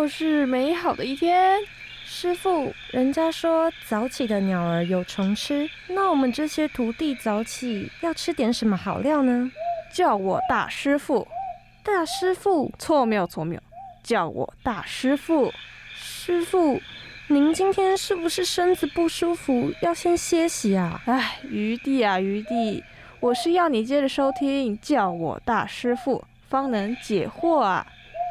又是美好的一天。 师父，人家说早起的鸟儿有虫吃，那我们这些徒弟早起要吃点什么好料呢？ 叫我大师父。 大师父？ 错，没有，叫我大师父。 师父，您今天是不是身子不舒服，要先歇息啊？ 余弟，我是要你接着收听，叫我大师父，方能解惑啊。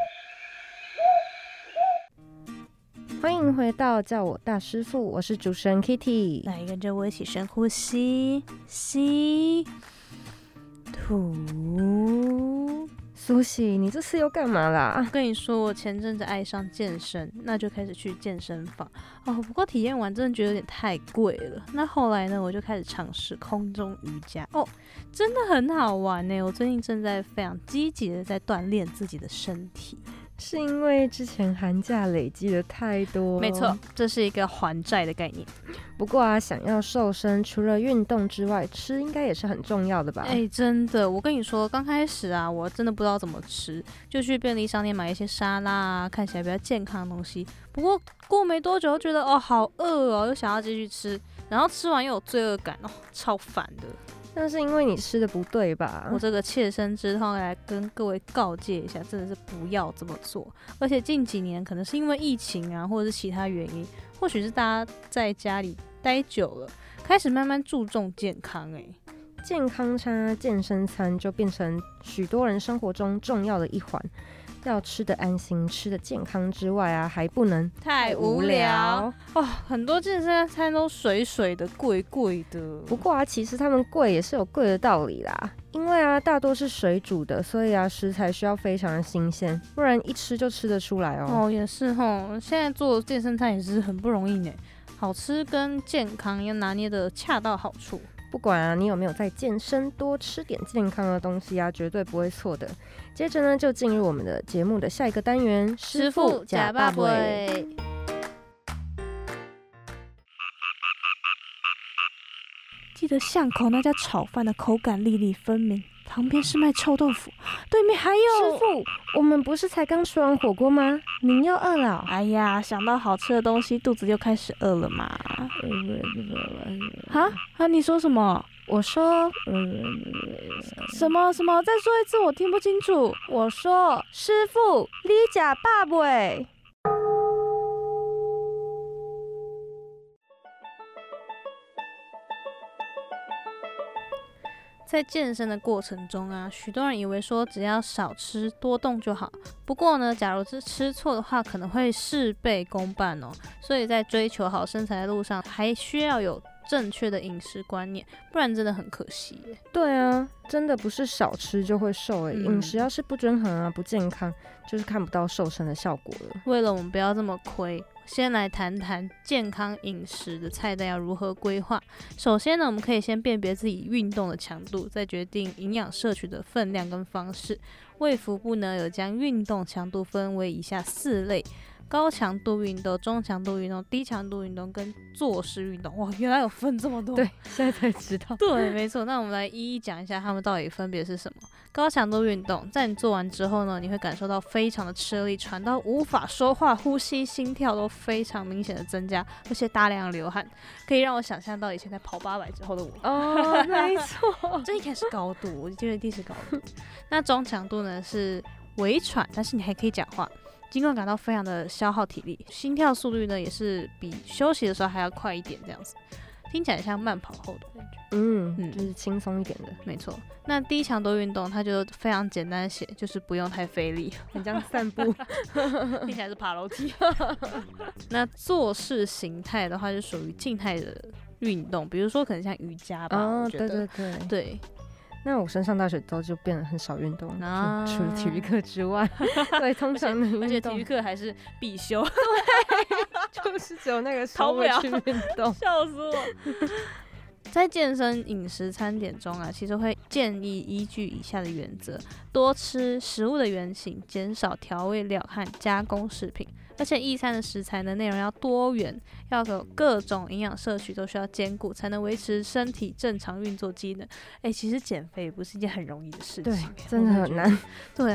欢迎回到叫我大师父，我是主持人 Kitty。 来，跟着我一起深呼吸，吸，吐。 苏喜，你这次又干嘛啦？ 我跟你说，我前阵子爱上健身，那就开始去健身房不过体验完真的觉得有点太贵了。那后来呢，我就开始尝试空中瑜伽真的很好玩呢。我最近正在非常积极的在锻炼自己的身体。 是因为之前寒假累积的太多？ 没错，这是一个还债的概念。 不过想要瘦身，除了运动之外，吃应该也是很重要的吧？ 真的，我跟你说，刚开始我真的不知道怎么吃，就去便利商店买一些沙拉看起来比较健康的东西。不过过没多久，觉得好饿又想要继续吃，然后吃完又有罪恶感超烦的。 那是因为你吃的不对吧？ 我这个切身之痛来跟各位告诫一下，真的是不要这么做。而且近几年可能是因为疫情或者是其他原因，或许是大家在家里待久了，开始慢慢注重健康健康餐、健身餐就变成许多人生活中重要的一环。要吃得安心、吃得健康之外还不能太无聊很多健身餐都水水的、贵贵的。 不过其实他们贵也是有贵的道理啦。因为大多是水煮的，所以食材需要非常的新鲜，不然一吃就吃得出来也是现在做健身餐也是很不容易呢。好吃跟健康要拿捏的恰到好处。 不管你有没有在健身，多吃点健康的东西绝对不会错的。接着呢，就进入我们的节目的下一个单元， 师父假爸爸。记得巷口那家炒饭的口感粒粒分明，旁边是卖臭豆腐，对面还有…… 师父，我们不是才刚吃完火锅吗？您又饿了？ 想到好吃的东西，肚子就开始饿了嘛。你说什么？ 我说什么？再说一次，我听不清楚。 我说师父，你假爸爸。 在健身的过程中许多人以为说只要少吃多动就好。不过呢，假如是吃错的话，可能会事倍功半所以在追求好身材的路上，还需要有正确的饮食观念，不然真的很可惜耶。 对真的不是少吃就会瘦饮食要是不均衡不健康，就是看不到瘦身的效果了。 为了我们不要这么亏，先来谈谈健康饮食的菜单要如何规划。首先呢，我们可以先辨别自己运动的强度，再决定营养摄取的分量跟方式。卫福部呢有将运动强度分为以下4类：高强度运动、中强度运动、低强度运动跟坐式运动。原来有分这么多。 对，现在才知道。 对，没错。那我们来一一讲一下它们到底分别是什么。高强度运动，在你做完之后呢，你会感受到非常的吃力，喘到无法说话，呼吸、心跳都非常明显的增加，而且大量流汗，可以让我想象到以前在跑800之后的我。 没错。 这应该是高度，我觉得第是高度。那中强度呢是微喘，但是你还可以讲话，尽管感到非常的消耗体力，心跳速率呢也是比休息的时候还要快一点，这样子听起来像慢跑后的感觉。 就是轻松一点的。 没错。那低强度运动它就非常简单写，就是不用太费力， 很像散步。 听起来是爬楼梯。那坐式形态的话就属于静态的运动，比如说可能像瑜伽吧。我觉得对。 那我升上大学之后就变得很少运动除了体育课之外。对，通常的运动， 而且体育课还是必修。 对，就是只有那个时候会去运动。 笑死我。在健身饮食餐点中其实会建议依据以下的原则：多吃食物的原型，减少调味料和加工食品。而且一餐的食材的内容要多元，要有各种营养摄取都需要兼顾，才能维持身体正常运作机能。其实减肥也不是一件很容易的事情。 对，真的很难。 对啊，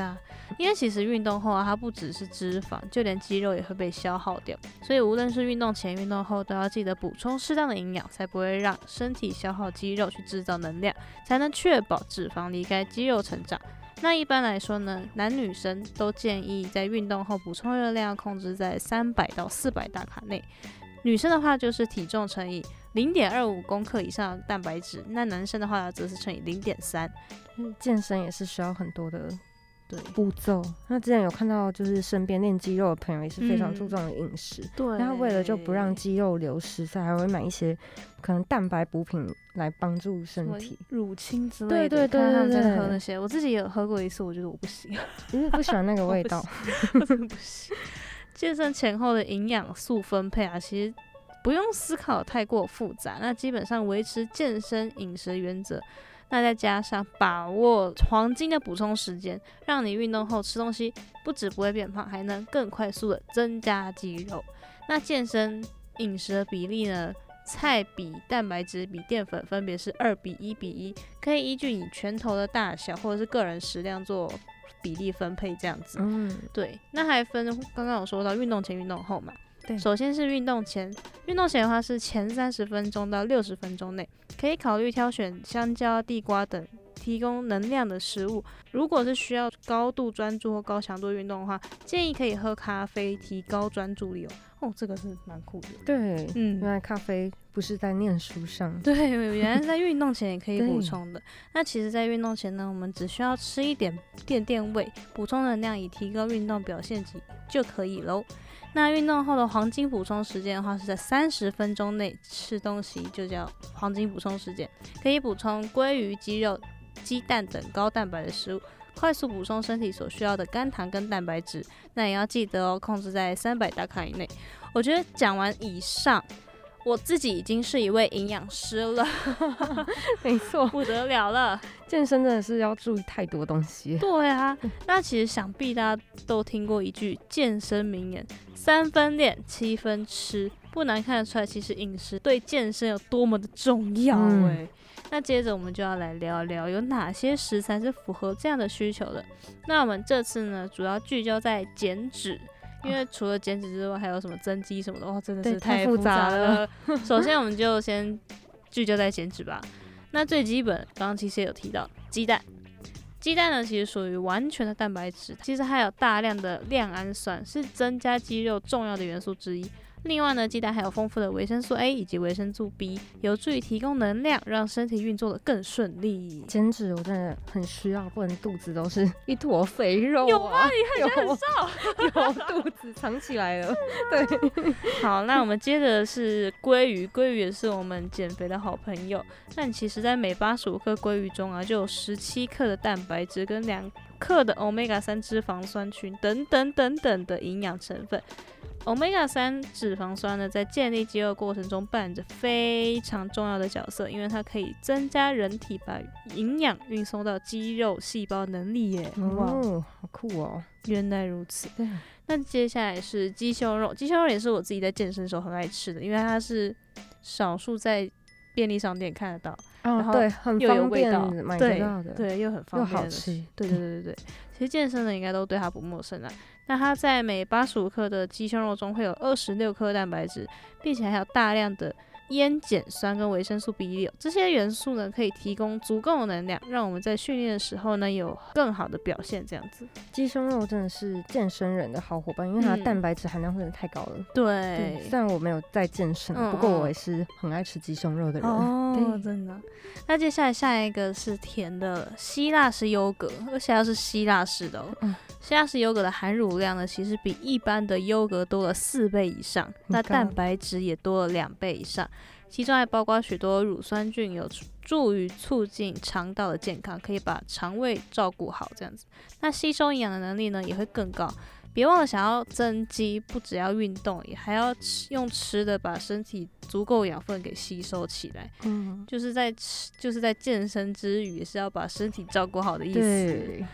因为其实运动后啊，它不只是脂肪，就连肌肉也会被消耗掉。所以无论是运动前、运动后，都要记得补充适当的营养，才不会让身体消耗肌肉去制造能量，才能确保脂肪离开肌肉成长。那一般来说呢，男女生都建议在运动后补充热量控制在300到400大卡内。女生的话就是体重乘以0.25公克以上的蛋白质，那男生的话则是乘以0.3。 健身也是需要很多的对步骤。那之前有看到，就是身边练肌肉的朋友也是非常注重的饮食， 对， 然后为了就不让肌肉流失，所以还会买一些可能蛋白补品来帮助身体， 乳清之类的。 对， 看他们在喝那些，我自己也有喝过一次，我觉得我不行， 因为不喜欢那个味道， 我真的不行。健身前后的营养素分配啊，其实不用思考太过复杂，那基本上维持健身饮食原则，那再加上把握黄金的补充时间，让你运动后吃东西不止不会变胖，还能更快速的增加肌肉。那健身饮食的比例呢，菜比蛋白质比淀粉分别是2:1:1，可以依据你拳头的大小或者是个人食量做比例分配这样子。对，那还分刚刚有说到运动前、运动后嘛。 对， 首先是运动前，运动前的话是前30分钟到60分钟内，可以考虑挑选香蕉、地瓜等提供能量的食物。如果是需要高度专注或高强度运动的话，建议可以喝咖啡提高专注力哦，这个是蛮酷的。 对，原来咖啡不是在念书上， 对，原来是在运动前也可以补充的。那其实，在运动前呢，我们只需要吃一点垫胃，补充能量以提高运动表现级就可以咯。那运动后的黄金补充时间的话，是在30分钟内吃东西，就叫黄金补充时间，可以补充鲑鱼、鸡肉、鸡蛋等高蛋白的食物，快速补充身体所需要的肝糖跟蛋白质。那也要记得哦，控制在300大卡以内。我觉得讲完以上，我自己已经是一位营养师了， 没错， 不得了了。 健身真的是要注意太多东西。 对啊，那其实想必大家都听过一句健身名言：3分练，7分吃。不难看得出来，其实饮食对健身有多么的重要那接着我们就要来聊聊有哪些食材是符合这样的需求的。那我们这次呢，主要聚焦在减脂。因为除了减脂之外，还有什么增肌什么的，哇，真的是太复杂了。首先，我们就先聚焦在减脂吧。那最基本，刚刚其实也有提到鸡蛋。鸡蛋呢，其实属于完全的蛋白质，其实还有大量的亮氨酸，是增加肌肉重要的元素之一。另外呢，鸡蛋还有丰富的维生素 A 以及维生素 B， 有助于提供能量，让身体运作的更顺利。 减脂我真的很需要，不然肚子都是一坨肥肉有吗？你看起来很瘦， 有肚子藏起来了。对， 好，那我们接着是鲑鱼，鲑鱼也是我们减肥的好朋友。但其实，在每85克鲑鱼中啊，就有17克的蛋白质跟2克的 Omega-3 脂肪酸群等等等等的营养成分。Omega-3 脂肪酸呢，在建立肌肉过程中扮演着非常重要的角色，因为它可以增加人体把营养运送到肌肉细胞能力耶。 哇，好酷哦！ 原来如此。 对。 那接下来是鸡胸肉，鸡胸肉也是我自己在健身的时候很爱吃的，因为它是少数在便利商店看得到，然后对，很又有味道， 买得到的， 对，又很方便， 又好吃。 对，其实健身的应该都对它不陌生啊。那它在每85克的鸡胸肉中会有26克蛋白质，并且还有大量的烟碱酸跟维生素 B6， 这些元素呢可以提供足够的能量，让我们在训练的时候呢有更好的表现。这样子， 鸡胸肉真的是健身人的好伙伴，因为它的蛋白质含量真的太高了。 对， 虽然我没有在健身，不过我也是很爱吃鸡胸肉的人。 哦，真的。那接下来下一个是甜的希腊式优格，而且要是希腊式的希腊式优格的含乳量呢，其实比一般的优格多了4倍以上，那蛋白质也多了2倍以上，其中还包括许多乳酸菌，有助于促进肠道的健康，可以把肠胃照顾好这样子。那吸收营养的能力呢也会更高。别忘了，想要增肌，不只要运动，也还要用吃的把身体足够养分给吸收起来。就是在健身之余，也是要把身体照顾好的意思。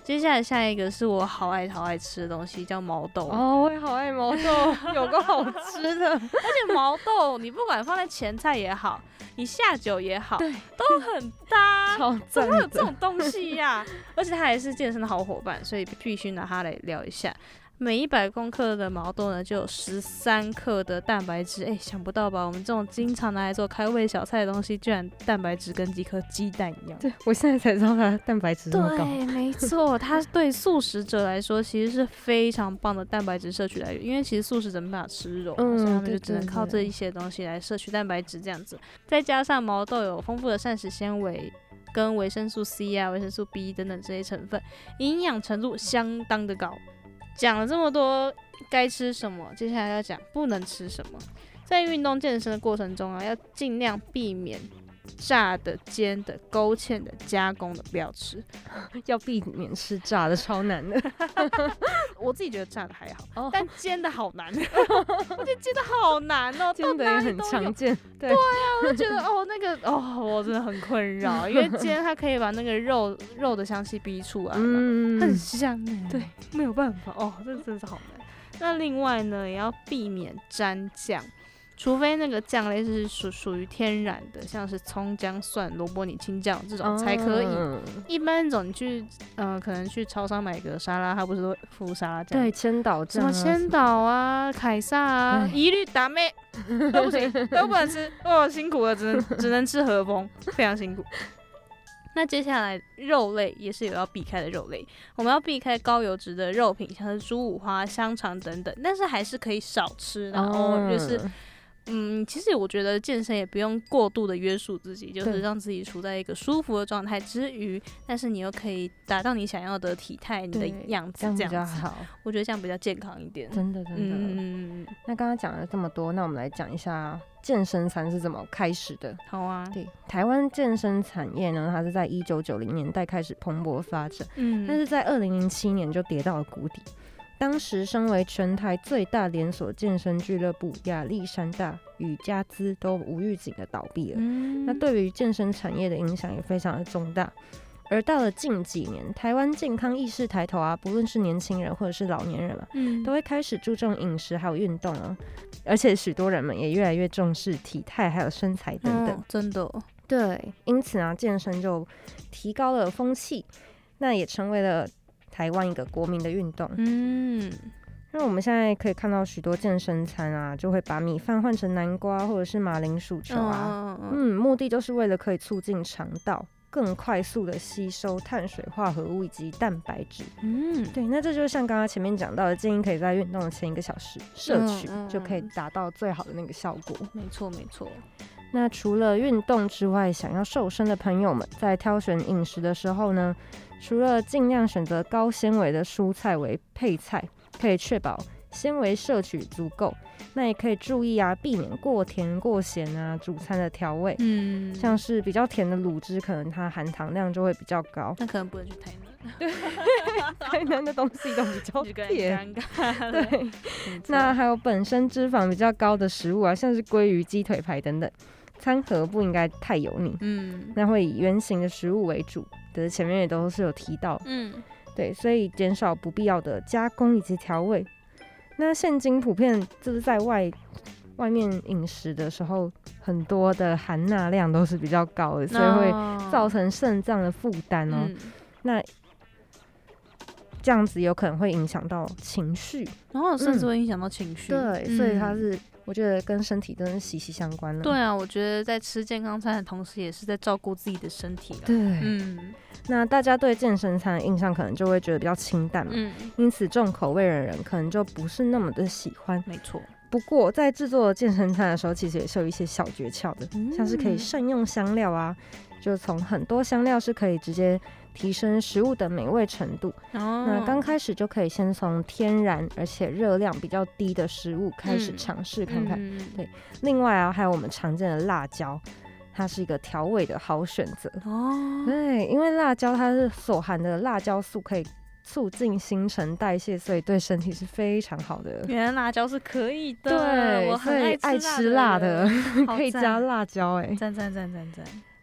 接下来下一个是我好爱吃的东西，叫毛豆。 哦，我也好爱毛豆，有个好吃的。而且毛豆你不管放在前菜也好，你下酒也好，对，都很搭。怎么会有这种东西呀？而且它还是健身的好伙伴，所以必须拿它来聊一下。每100公克的毛豆呢，就有13克的蛋白质。想不到吧？我们这种经常拿来做开胃小菜的东西，居然蛋白质跟几颗鸡蛋一样。 对，我现在才知道它的蛋白质这么高。 对，没错，它对素食者来说其实是非常棒的蛋白质摄取来源，因为其实素食者没办法吃肉，所以他们就只能靠这一些东西来摄取蛋白质这样子。再加上毛豆有丰富的膳食纤维跟维生素 C 啊、维生素 B 等等这些成分，营养程度相当的高。讲了这么多该吃什么，接下来要讲不能吃什么。在运动健身的过程中啊，要尽量避免炸的、煎的、勾芡的、加工的，不要吃。 要避免吃炸的，超难的。 我自己觉得炸的还好，但煎的好难。我觉得煎的好难哦， 煎的也很常见。 对啊，我就觉得我真的很困扰，因为煎它可以把那个肉的香气逼出来嘛，很香对，没有办法这真的是好难。那另外呢，也要避免沾酱。除非那个酱类是属于天然的，像是葱姜蒜萝卜泥青酱这种才可以。一般那种你去可能去超商买个沙拉，它不是都附沙拉酱？ 对，千岛酱什么千岛啊、凯撒啊，一律打妹都不行，都不能吃。辛苦了，只能吃和风，非常辛苦。那接下来肉类也是有要避开的肉类，我们要避开高油脂的肉品，像是猪五花、香肠等等，但是还是可以少吃，然后就是。其实我觉得健身也不用过度的约束自己，就是让自己处在一个舒服的状态之余，但是你又可以达到你想要的体态、你的样子，这样比较好。我觉得这样比较健康一点。 真的。那刚刚讲了这么多，那我们来讲一下健身餐是怎么开始的。 好啊。 对，台湾健身产业呢，它是在1990年代开始蓬勃发展，但是在2007年就跌到了谷底。当时身为全台最大连锁健身俱乐部亚历山大与加兹都无预警的倒闭了，那对于健身产业的影响也非常的重大。而到了近几年，台湾健康意识抬头啊，不论是年轻人或者是老年人嘛，都会开始注重饮食还有运动啊，而且许多人们也越来越重视体态还有身材等等。 真的。 对，因此啊，健身就提高了风气，那也成为了台湾一个国民的运动。那我们现在可以看到许多健身餐啊，就会把米饭换成南瓜或者是马铃薯球啊，目的就是为了可以促进肠道更快速的吸收碳水化合物以及蛋白质。对，那这就像刚刚前面讲到的，建议可以在运动的前1个小时摄取，就可以达到最好的那个效果。 没错。 那除了运动之外，想要瘦身的朋友们在挑选饮食的时候呢，除了尽量选择高纤维的蔬菜为配菜，可以确保纤维摄取足够，那也可以注意啊，避免过甜过咸啊，主餐的调味。像是比较甜的卤汁，可能它含糖量就会比较高， 那可能不能去台南。 对，台南的东西都比较甜， 尴尬。 对，那还有本身脂肪比较高的食物啊，像是鲑鱼、鸡腿排等等，餐盒不应该太油腻。那会以原形的食物为主，的前面也都是有提到。对，所以减少不必要的加工以及调味。那现今普遍就是在外面饮食的时候，很多的含钠量都是比较高的，所以会造成肾脏的负担哦。那这样子有可能会影响到情绪， 然后甚至会影响到情绪。 对，所以它是我觉得跟身体真的息息相关了。 对啊，我觉得在吃健康餐的同时，也是在照顾自己的身体了。 对，那大家对健身餐的印象可能就会觉得比较清淡嘛，因此重口味的人可能就不是那么的喜欢。 没错。 不过在制作健身餐的时候，其实也是有一些小诀窍的，像是可以善用香料啊，就从很多香料是可以直接提升食物的美味程度。那刚开始就可以先从天然而且热量比较低的食物开始尝试看看。对，另外啊，还有我们常见的辣椒，它是一个调味的好选择。对，因为辣椒它是所含的辣椒素可以促进新陈代谢，所以对身体是非常好的。 原来辣椒是可以的。 对， 我很爱吃辣的可以加辣椒。 赞。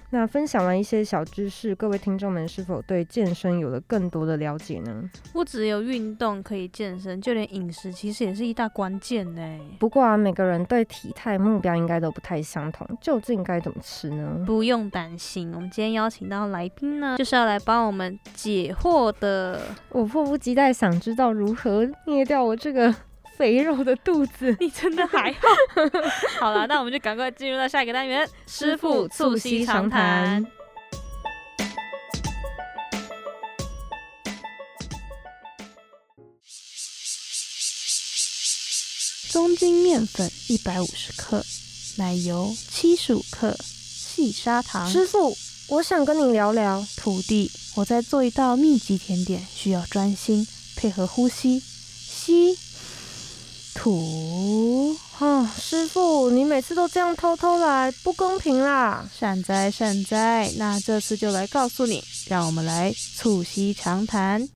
那分享完一些小知识，各位听众们是否对健身有了更多的了解呢？ 不只有运动可以健身，就连饮食其实也是一大关键呢。 不过每个人对体态目标应该都不太相同，究竟该怎么吃呢？ 不用担心，我们今天邀请到来宾呢，就是要来帮我们解惑的。 我迫不及待想知道如何灭掉我这个肥肉的肚子。 你真的还好？好了，那我们就赶快进入到下一个单元，师傅促膝长谈。中筋面粉150克，奶油75克，细砂糖。 师傅，我想跟你聊聊。 徒弟，我在做一道秘籍甜点，需要专心，配合呼吸，吸吐。 师傅，你每次都这样偷偷来，不公平啦！ 善哉善哉，那这次就来告诉你，让我们来促膝长谈。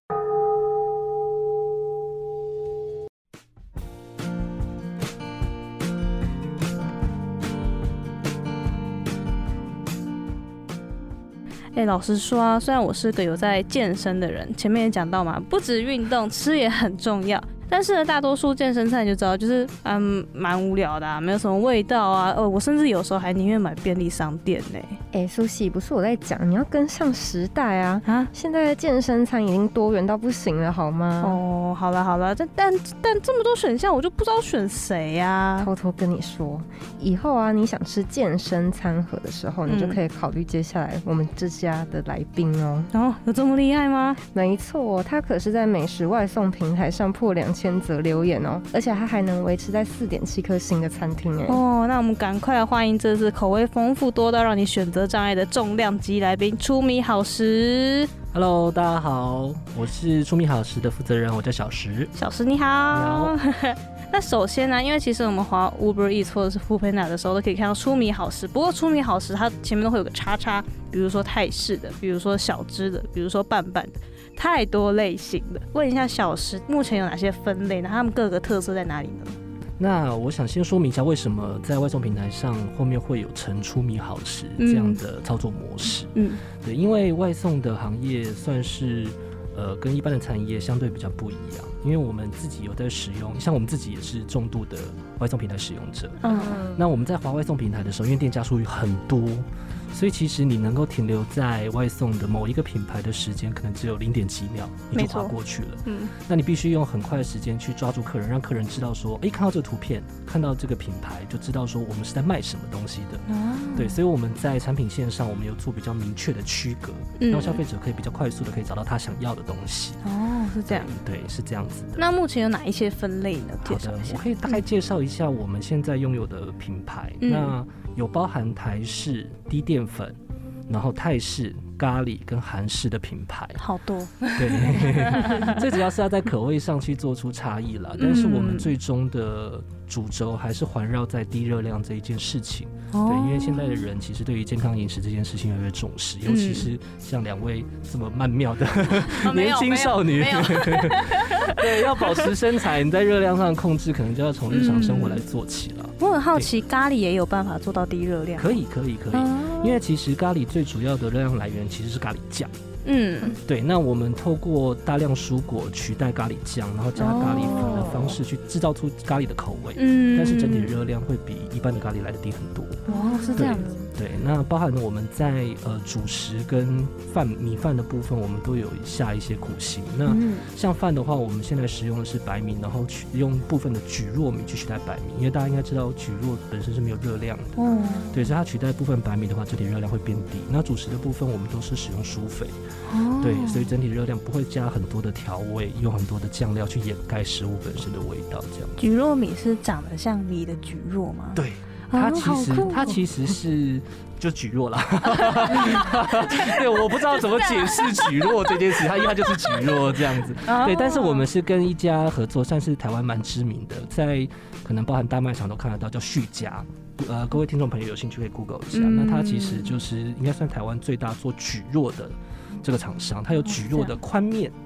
老实说啊，虽然我是个有在健身的人，前面也讲到嘛，不止运动，吃也很重要。但是呢，大多数健身餐你就知道，就是蛮无聊的啊，没有什么味道啊。我甚至有时候还宁愿买便利商店呢。 苏西，不是我在讲，你要跟上时代啊！现在的健身餐已经多元到不行了，好吗？ 哦，好了，但这么多选项，我就不知道选谁啊。 偷偷跟你说，以后啊，你想吃健身餐盒的时候，你就可以考虑接下来我们这家的来宾哦。 有这么厉害吗？ 没错，他可是在美食外送平台上破2000则留言哦，而且他还能维持在4.7颗星的餐厅那我们赶快来欢迎这次口味丰富多到让你选择障碍的重量级来宾出米好食。 Hello， 大家好，我是出米好食的负责人，我叫小石。 小石你好。那首先呢，因为其实我们滑 Uber Eats 或者是 Foodpanda 的时候都可以看到出米好食，不过出米好食它前面都会有个叉叉，比如说泰式的，比如说小只的，比如说拌拌的，太多类型的。问一下小石，目前有哪些分类呢？他们各个特色在哪里呢？ 那我想先说明一下，为什么在外送平台上后面会有成出米好食这样的操作模式。对，因为外送的行业算是跟一般的餐饮业相对比较不一样，因为我们自己有在使用，像我们自己也是重度的外送平台使用者。那我们在滑外送平台的时候，因为店家数很多，所以其实你能够停留在外送的某一个品牌的时间可能只有0.几秒，你就滑过去了。那你必须用很快的时间去抓住客人，让客人知道说，看到这个图片，看到这个品牌，就知道说我们是在卖什么东西的。对，所以我们在产品线上，我们有做比较明确的区隔，让消费者可以比较快速的可以找到他想要的东西。 是这样。 对，是这样子的。 那目前有哪一些分类呢？ 好的，我可以大概介绍一下我们现在拥有的品牌。那有包含台式、低淀粉，然后泰式、咖喱跟韩式的品牌， 好多。 对，最主要是要在口味上去做出差异啦。但是我们最终的主轴还是环绕在低热量这一件事情。对，因为现在的人其实对于健康饮食这件事情越来越重视，尤其是像2位这么曼妙的年轻少女，对，要保持身材，你在热量上的控制可能就要从日常生活来做起了。 我很好奇，咖喱也有办法做到低热量？ 可以，因为其实咖喱最主要的热量来源其实是咖喱酱。对，那我们透过大量蔬果取代咖喱酱，然后加咖喱粉的方式去制造出咖喱的口味。但是整体热量会比一般的咖喱来的低很多。 是这样子。 对，那包含我们在主食跟米饭的部分，我们都有下一些苦心。那像饭的话，我们现在使用的是白米，然后用部分的蒟蒻米去取代白米，因为大家应该知道蒟蒻本身是没有热量的。对，所以它取代部分白米的话，整体热量会变低。那主食的部分，我们都是使用蔬肥。对，所以整体热量不会加很多的调味，用很多的酱料去掩盖食物本身的味道，这样。 蒟蒻米是长得像米的蒟蒻吗？ 对，它其实是就蒟蒻啦。对，我不知道怎么解释蒟蒻这件事，它就是蒟蒻这样子。对，但是我们是跟一家合作，算是台湾蛮知名的，在可能包含大卖场都看得到，叫旭家。各位听众朋友有兴趣可以 Google 一下。那它其实就是应该算台湾最大做蒟蒻的这个厂商，它有蒟蒻的宽面、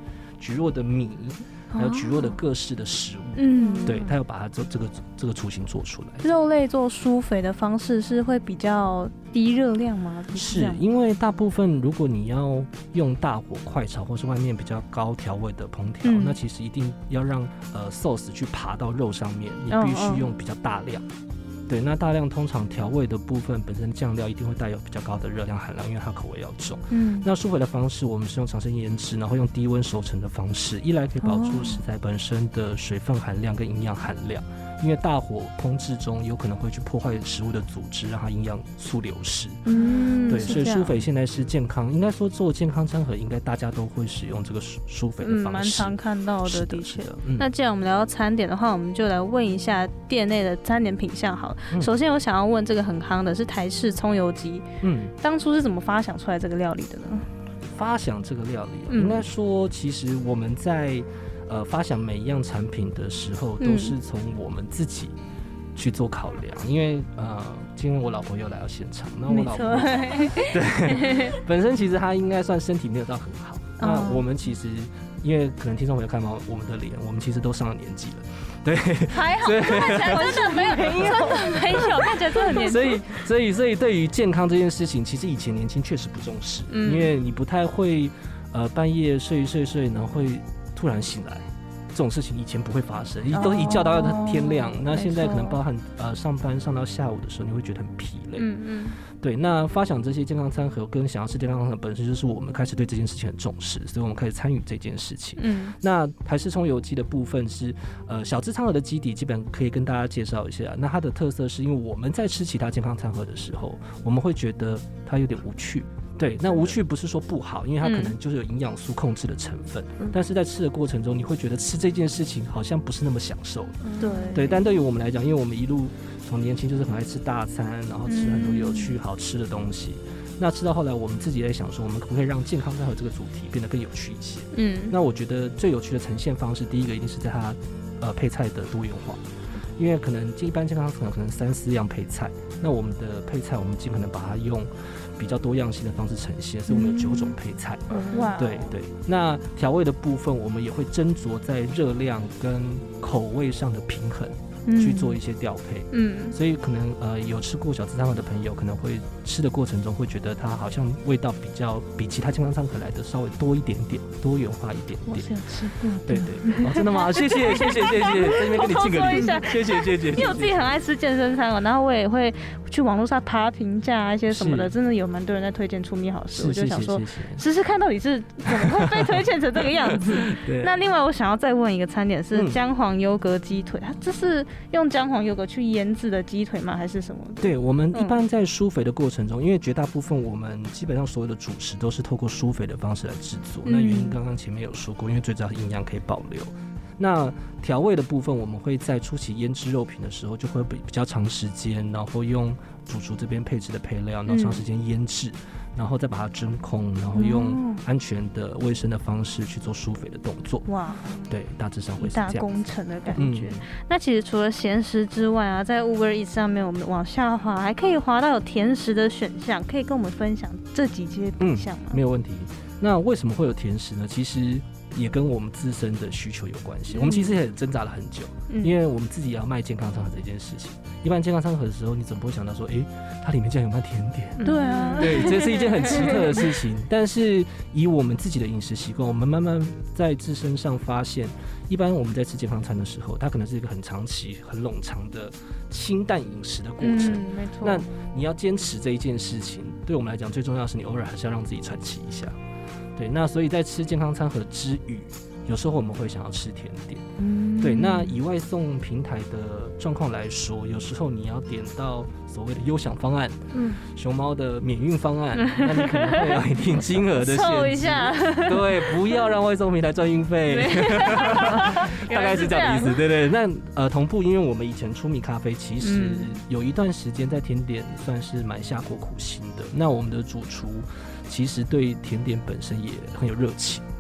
蒟蒻的米，还有蒟蒻的各式的食物。对，他有把它这个雏形做出来。 肉类做舒肥的方式是会比较低热量吗？ 是因为大部分如果你要用大火快炒，或是外面比较高调味的烹调，那其实一定要让sauce 去爬到肉上面，你必须用比较大量。对，那大量通常调味的部分本身酱料一定会带有比较高的热量含量，因为它口味要重。那舒肥的方式我们是用长时间腌制，然后用低温熟成的方式，一来可以保住食材本身的水分含量跟营养含量，因为大火烹制中有可能会去破坏食物的组织，让它营养素流失。对，所以舒肥现在是健康，应该说做健康餐盒，应该大家都会使用这个舒肥的方式， 蛮常看到的，的确。那既然我们聊到餐点的话，我们就来问一下店内的餐点品项好了。首先我想要问这个很夯的是台式葱油鸡，当初是怎么发想出来这个料理的呢？ 发想这个料理，应该说其实我们在发想每一样产品的时候，都是从我们自己去做考量，因为今天我老婆又来到现场，那我老婆对本身其实她应该算身体没有到很好，那我们其实因为可能听众朋友看到我们的脸，我们其实都上了年纪了，对， 还好，看起来真的没有，真的没有，看起来真的很年轻。 所以对于健康这件事情，其实以前年轻确实不重视，因为你不太会半夜睡一睡，然后会突然醒来。这种事情以前不会发生，都一觉到天亮。那现在可能包含上班上到下午的时候，你会觉得很疲累。对。那发想这些健康餐盒跟想要吃健康餐盒本身就是我们开始对这件事情很重视，所以我们开始参与这件事情。那台式葱油鸡的部分是小只餐盒的基底，基本可以跟大家介绍一下。那它的特色是因为我们在吃其他健康餐盒的时候，我们会觉得它有点无趣。对，那无趣不是说不好，因为它可能就是有营养素控制的成分，但是在吃的过程中，你会觉得吃这件事情好像不是那么享受。对，但对于我们来讲，因为我们一路从年轻就是很爱吃大餐，然后吃很多有趣好吃的东西，那吃到后来，我们自己在想说，我们可不可以让健康餐盒这个主题变得更有趣一些？那我觉得最有趣的呈现方式，第一个一定是在它配菜的多元化。因为可能一般健康餐盒可能3-4样配菜，那我们的配菜我们尽可能把它用比较多样性的方式呈现，所以我们有9种配菜。对。那调味的部分，我们也会斟酌在热量跟口味上的平衡。去做一些调配，所以可能有吃过小吃餐盒的朋友，可能会吃的过程中会觉得它好像味道比其他健康餐盒来的稍微多一点点，多元化一点点。 我是有吃过的。 对，真的吗？谢谢，在这边跟你敬个礼，谢谢。因为我自己很爱吃健身餐盒，然后我也会去网络上爬评价一些什么的，真的有蛮多人在推荐出米好食，我就想说试试看到底是怎么会被推荐成这个样子。那另外我想要再问一个餐点是姜黄优格鸡腿，它这是用姜黄优格去腌制的鸡腿吗？还是什么？ 对，我们一般在舒肥的过程中，因为绝大部分我们基本上所有的主食都是透过舒肥的方式来制作。那原因刚刚前面有说过，因为最主要营养可以保留。那调味的部分，我们会在初期腌制肉品的时候，就会比较长时间，然后用主厨这边配置的配料，然后长时间腌制，然后再把它真空，然后用安全的、卫生的方式去做舒肥的动作。哇，对，大致上会是这样。 大工程的感觉。那其实除了咸食之外啊，在 Uber Eats 上面，我们往下滑还可以滑到有甜食的选项，可以跟我们分享这几些品项吗？ 没有问题。那为什么会有甜食呢？其实也跟我们自身的需求有关系。我们其实也挣扎了很久，因为我们自己也要卖健康餐盒这件事情。一般健康餐盒的时候，你怎么会想到说，它里面竟然有卖甜点？ 对啊， 对，这是一件很奇特的事情。但是以我们自己的饮食习惯，我们慢慢在自身上发现，一般我们在吃健康餐的时候，它可能是一个很长期、很冗长的清淡饮食的过程。 没错。 那你要坚持这一件事情，对我们来讲最重要的是，你偶尔还是要让自己喘气一下。对，那所以在吃健康餐盒之余，有时候我们会想要吃甜点。对，那以外送平台的状况来说，有时候你要点到所谓的优享方案，熊猫的免运方案，那你可能会有一定金额的限制。 凑一下， 对，不要让外送平台赚运费，大概是这样的意思，对。那同步，因为我们以前出米咖啡，其实有一段时间在甜点算是蛮下过苦心的。那我们的主厨其实对甜点本身也很有热情，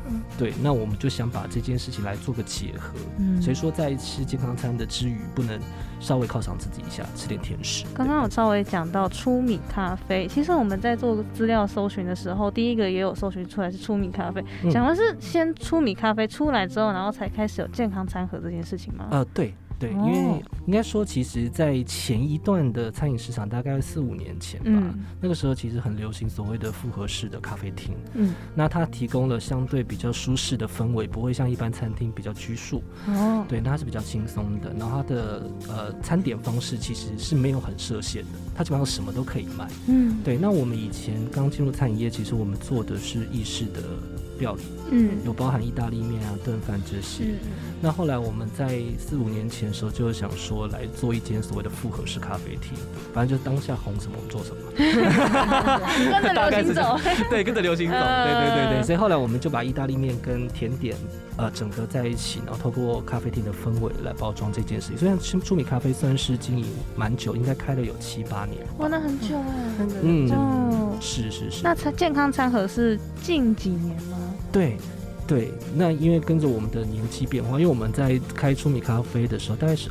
对，那我们就想把这件事情来做个结合。所以说在吃健康餐的之余，不能稍微犒赏自己一下，吃点甜食。 刚刚有稍微讲到粗米咖啡，其实我们在做资料搜寻的时候，第一个也有搜寻出来是粗米咖啡，想的是先粗米咖啡出来之后，然后才开始有健康餐盒这件事情吗？ 对，因为应该说，其实，在前一段的餐饮市场，大概4-5年前吧，那个时候其实很流行所谓的复合式的咖啡厅。那它提供了相对比较舒适的氛围，不会像一般餐厅比较拘束。对，那它是比较轻松的。然后它的餐点方式其实是没有很设限的，它基本上什么都可以卖。对。那我们以前刚进入餐饮业，其实我们做的是意式的料理，有包含意大利面啊、炖饭这些。那后来我们在4-5年前的时候，就想说来做一间所谓的复合式咖啡厅，反正就当下红什么我们做什么， 跟着流行走。 对，跟着流行走。对。所以后来我们就把意大利面跟甜点整合在一起，然后透过咖啡厅的氛围来包装这件事情。虽然粗米咖啡算是经营蛮久，应该开了有7-8年。 哇，那很久哎。 是。 那健康餐盒是近几年吗？ 对，那因为跟着我们的年纪变化，因为我们在开粗米咖啡的时候大概是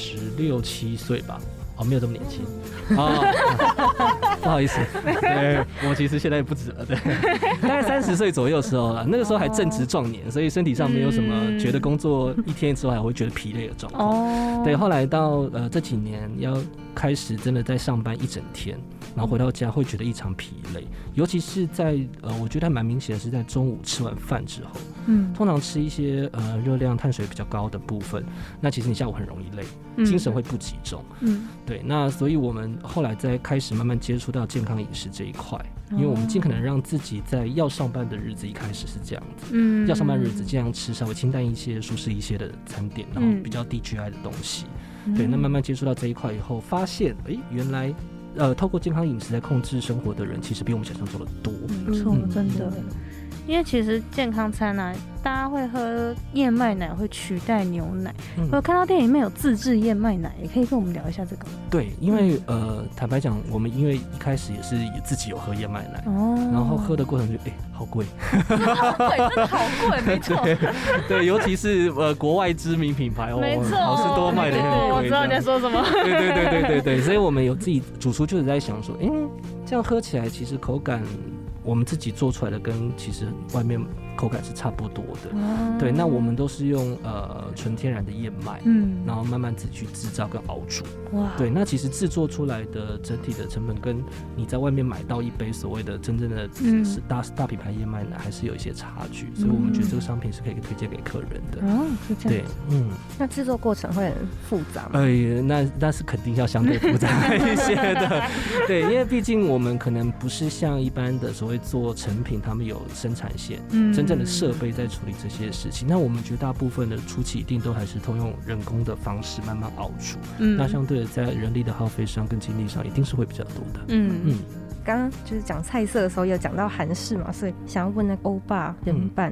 26、7岁吧，没有这么年轻不好意思，对，我其实现在不止了，对，大概30岁左右的时候了，那个时候还正值壮年，所以身体上没有什么觉得工作一天之后还会觉得疲累的状况。对，后来到这几年要开始真的在上班一整天，然后回到家会觉得异常疲累，尤其是在我觉得还蛮明显的是在中午吃完饭之后，通常吃一些热量碳水比较高的部分，那其实你下午很容易累，精神会不集中。对，那所以我们后来在开始慢慢接触到健康饮食这一块，因为我们尽可能让自己在要上班的日子，一开始是这样子，要上班日子尽量吃稍微清淡一些、舒适一些的餐点，然后比较低 GI 的东西。对，那慢慢接触到这一块以后，发现原来透过健康饮食来控制生活的人，其实比我们想象中的多。 没错，真的。因为其实健康餐啊，大家会喝燕麦奶会取代牛奶，我看到店里面有自制燕麦奶，也可以跟我们聊一下这个。 对，因为坦白讲，我们因为一开始也自己有喝燕麦奶，然后喝的过程就好贵， 好贵，真的好贵，没错。 对，尤其是国外知名品牌没错， 好事多卖的很贵。 我知道你在说什么。 对，所以我们有自己主厨就是在想说，这样喝起来其实口感。我们自己做出来的跟其实外面口感是差不多的，对。那我们都是用纯天然的燕麦，然后慢慢自己去制造跟熬煮，对。那其实制作出来的整体的成本跟你在外面买到一杯所谓的真正的大品牌燕麦奶还是有一些差距，所以我们觉得这个商品是可以推荐给客人的。 是这样。对，那制作过程会很复杂吗？ 那是肯定要相对复杂一些的，对，因为毕竟我们可能不是像一般的所谓做成品，他们有生产线，真正的设备在处理这些事情。那我们绝大部分的初期一定都还是通用人工的方式慢慢熬煮，那相对的在人力的耗费上跟精力上一定是会比较多的。 刚刚就是讲菜色的时候有讲到韩式嘛，所以想要问那个欧巴人拌。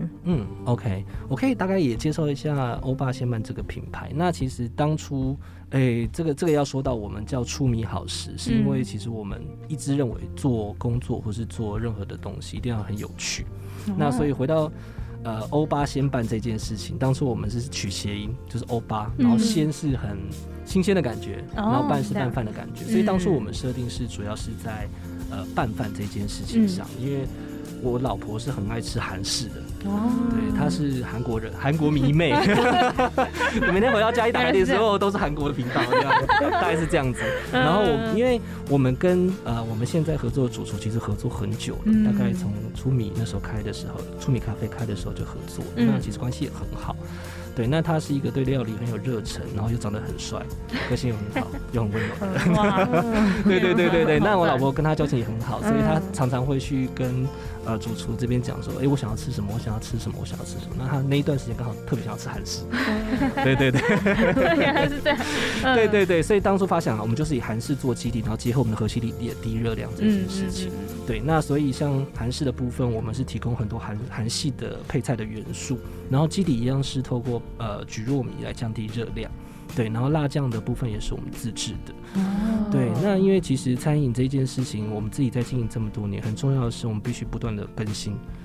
OK， 我可以大概也介绍一下欧巴鲜拌这个品牌。那其实当初这个要说到我们叫出米好食，是因为其实我们一直认为做工作或是做任何的东西一定要很有趣。那所以回到欧巴鲜拌这件事情，当初我们是取谐音，就是欧巴，然后鲜是很新鲜的感觉，然后拌是拌饭的感觉，所以当初我们设定是主要是在拌饭这件事情上，因为我老婆是很爱吃韩式的，对，她是韩国人，韩国迷妹，每天回到家一打开的时候都是韩国的频道，这样大概是这样子。然后因为我们跟我们现在合作的主厨其实合作很久了，大概从出米那时候开的时候，出米咖啡开的时候就合作，那其实关系也很好。对，那他是一个对料理很有热忱，然后又长得很帅，个性又很好，又很温柔的人。对，那我老婆跟他交情也很好，所以他常常会去跟主厨这边讲说，我想要吃什么，我想要吃什么，我想要吃什么。那他那一段时间刚好特别想要吃韩式。对， 原来是这样。 对，所以当初发想我们就是以韩式做基底，然后结合我们的核心理念低热量这件事情。对，那所以像韩式的部分，我们是提供很多韩系的配菜的元素，然后基底一样是透过蒟蒻米来降低热量。对，然后辣酱的部分也是我们自制的。对，那因为其实餐饮这件事情，我们自己在经营这么多年，很重要的是我们必须不断的更新，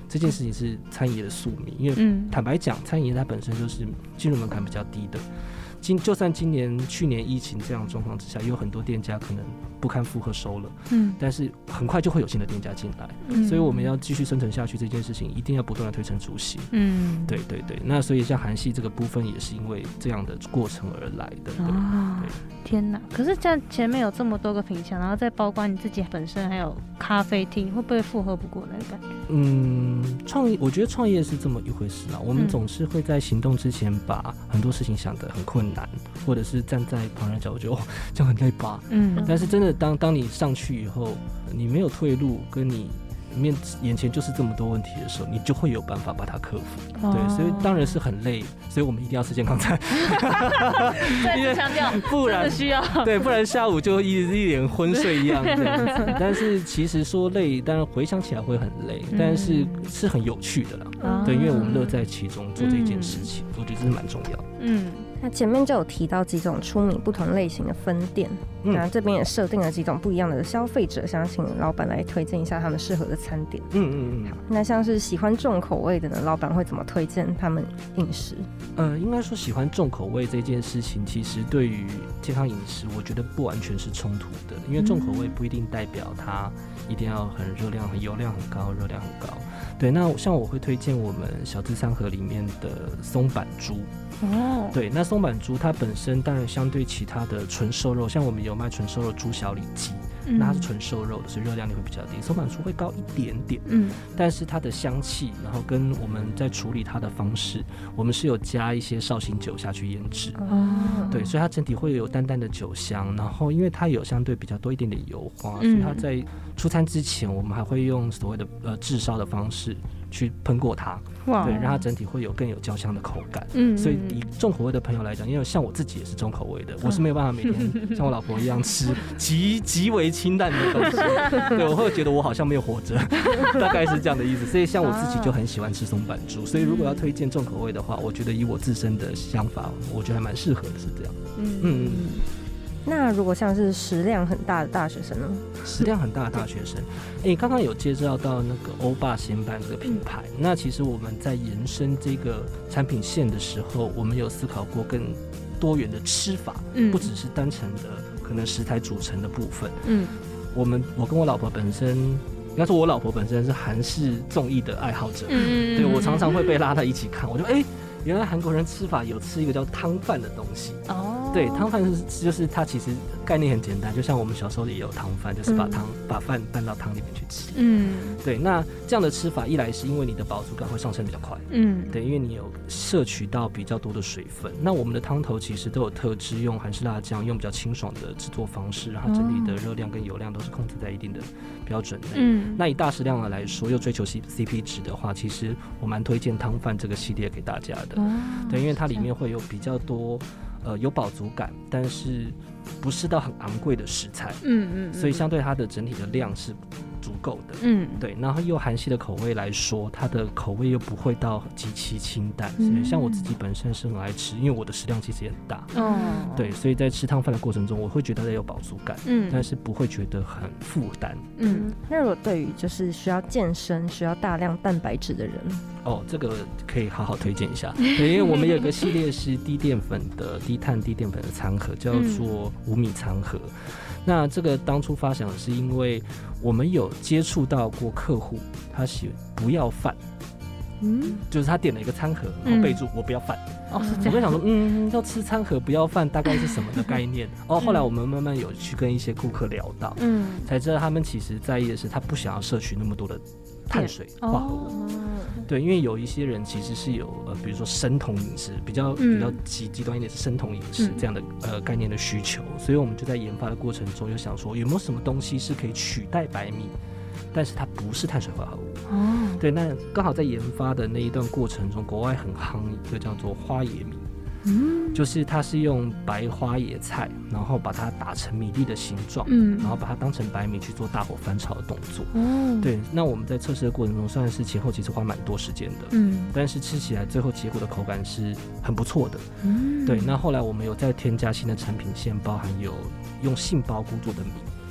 这件事情是餐饮业的宿命，因为坦白讲，餐饮业它本身就是进入门槛比较低的。就算去年疫情这样的状况之下，也有很多店家可能不堪负荷收了，但是很快就会有新的店家进来，所以我们要继续生存下去这件事情，一定要不断的推陈出新。对对对，那所以像韩系这个部分也是因为这样的过程而来的。对， 天哪！可是这样前面有这么多个品项，然后再包括你自己本身还有咖啡厅，会不会负荷不过来的感觉？ 我觉得创业是这么一回事啦。我们总是会在行动之前把很多事情想得很困难，或者是站在旁人角度觉得这样很累吧。但是真的当你上去以后，你没有退路，跟你眼前就是这么多问题的时候，你就会有办法把它克服。对，所以当然是很累，所以我们一定要吃健康餐。 再次强调， 不然需要对，不然下午就一脸昏睡一样这样子。但是其实说累，当然回想起来会很累，但是是很有趣的啦。对，因为我们乐在其中做这件事情，我觉得这是蛮重要的。 那前面就有提到几种出米不同类型的分店，那这边也设定了几种不一样的消费者，想请老板来推荐一下他们适合的餐点。好，那像是喜欢重口味的呢，老板会怎么推荐他们饮食？ 应该说喜欢重口味这件事情，其实对于健康饮食，我觉得不完全是冲突的，因为重口味不一定代表它一定要很热量、很油量很高、热量很高。对，那像我会推荐我们小资餐盒里面的松板猪。对，那松板猪它本身当然相对其他的纯瘦肉，像我们有卖纯瘦肉猪小里脊，那它是纯瘦肉的，所以热量也会比较低。松板猪会高一点点，但是它的香气，然后跟我们在处理它的方式，我们是有加一些绍兴酒下去腌制。对，所以它整体会有淡淡的酒香，然后因为它有相对比较多一点点油花，所以它在出餐之前，我们还会用所谓的炙烧的方式去喷过它，对，让它整体会有更有焦香的口感。所以以重口味的朋友来讲，因为像我自己也是重口味的，我是没有办法每天像我老婆一样吃极为清淡的东西，对，我会觉得我好像没有活着，大概是这样的意思。所以像我自己就很喜欢吃松板猪，所以如果要推荐重口味的话，我觉得以我自身的想法，我觉得还蛮适合的，是这样。 那如果像是食量很大的大学生呢？ 食量很大的大学生，刚刚有介绍到那个欧霸鲜班这个品牌，那其实我们在延伸这个产品线的时候，我们有思考过更多元的吃法，不只是单纯的可能食材组成的部分。我跟我老婆本身，应该说我老婆本身是韩式综艺的爱好者，对，我常常会被拉到一起看，我就原来韩国人吃法有吃一个叫汤饭的东西。对，汤饭就是它其实概念很简单，就像我们小时候也有汤饭，就是把饭拌到汤里面去吃。对，那这样的吃法，一来是因为你的饱足感会上升比较快，对，因为你有摄取到比较多的水分。那我们的汤头其实都有特制用韩式辣酱，用比较清爽的制作方式，让它整体的热量跟油量都是控制在一定的标准内。那以大食量的来说，又追求 CP 值的话，其实我蛮推荐汤饭这个系列给大家的。对，因为它里面会有比较多有饱足感，但是不是到很昂贵的食材，所以相对它的整体的量是足够的，对，然后又韩系的口味来说，它的口味又不会到极其清淡，所以像我自己本身是很爱吃，因为我的食量其实也很大，对，所以在吃汤饭的过程中，我会觉得有饱足感，但是不会觉得很负担。 那如果对于就是需要健身、需要大量蛋白质的人， 这个可以好好推荐一下，对，因为我们有一个系列是低淀粉的、低碳、低淀粉的餐盒，叫做无米餐盒。那这个当初发想是因为我们有接触到过客户，他喜不要饭，就是他点了一个餐盒，然后备注我不要饭。我就想说，要吃餐盒不要饭大概是什么的概念？后来我们慢慢有去跟一些顾客聊到，才知道他们其实在意的是他不想要摄取那么多的碳水化合物。对，因为有一些人其实是有比如说生酮饮食，比较极端一点是生酮饮食这样的概念的需求，所以我们就在研发的过程中，又想说有没有什么东西是可以取代白米，但是它不是碳水化合物。对，那刚好在研发的那一段过程中，国外很夯一个叫做花椰米。就是它是用白花椰菜，然后把它打成米粒的形状，然后把它当成白米去做大火翻炒的动作。对，那我们在测试的过程中，虽然是前后其实花蛮多时间的，但是吃起来最后结果的口感是很不错的。对，那后来我们有再添加新的产品线，包含有用杏鲍菇做的米。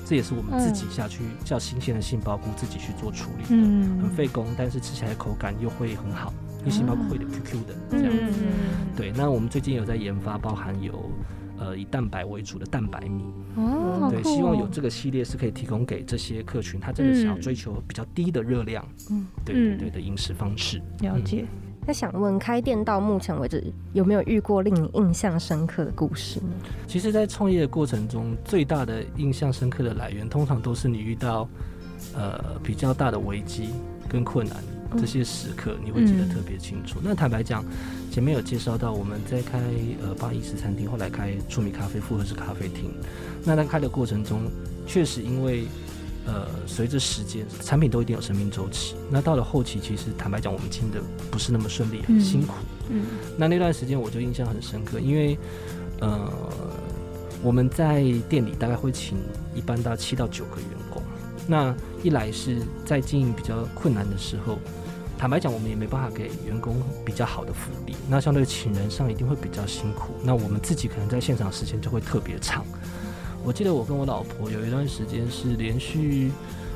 这也是我们自己下去叫新鲜的杏鲍菇自己去做处理的，很费工，但是吃起来口感又会很好，因为杏鲍菇会有点 QQ 的这样子。对，那我们最近有在研发包含有以蛋白为主的蛋白米，对，希望有这个系列是可以提供给这些客群，他真的想要追求比较低的热量，对的饮食方式。 了解。 那想问，开店到目前为止有没有遇过令你印象深刻的故事呢？ 其实，在创业的过程中，最大的印象深刻的来源，通常都是你遇到比较大的危机跟困难，这些时刻你会记得特别清楚。那坦白讲，前面有介绍到我们在开8意式餐厅，后来开出米咖啡复合式咖啡厅。那在开的过程中，确实因为随着时间，产品都一定有生命周期。那到了后期，其实坦白讲，我们经的不是那么顺利，很辛苦。那段时间我就印象很深刻，因为我们在店里大概会请一般到7到9个员工。那一来是在经营比较困难的时候，坦白讲，我们也没办法给员工比较好的福利。那相对请人上一定会比较辛苦。那我们自己可能在现场时间就会特别长。我记得我跟我老婆有一段时间是连续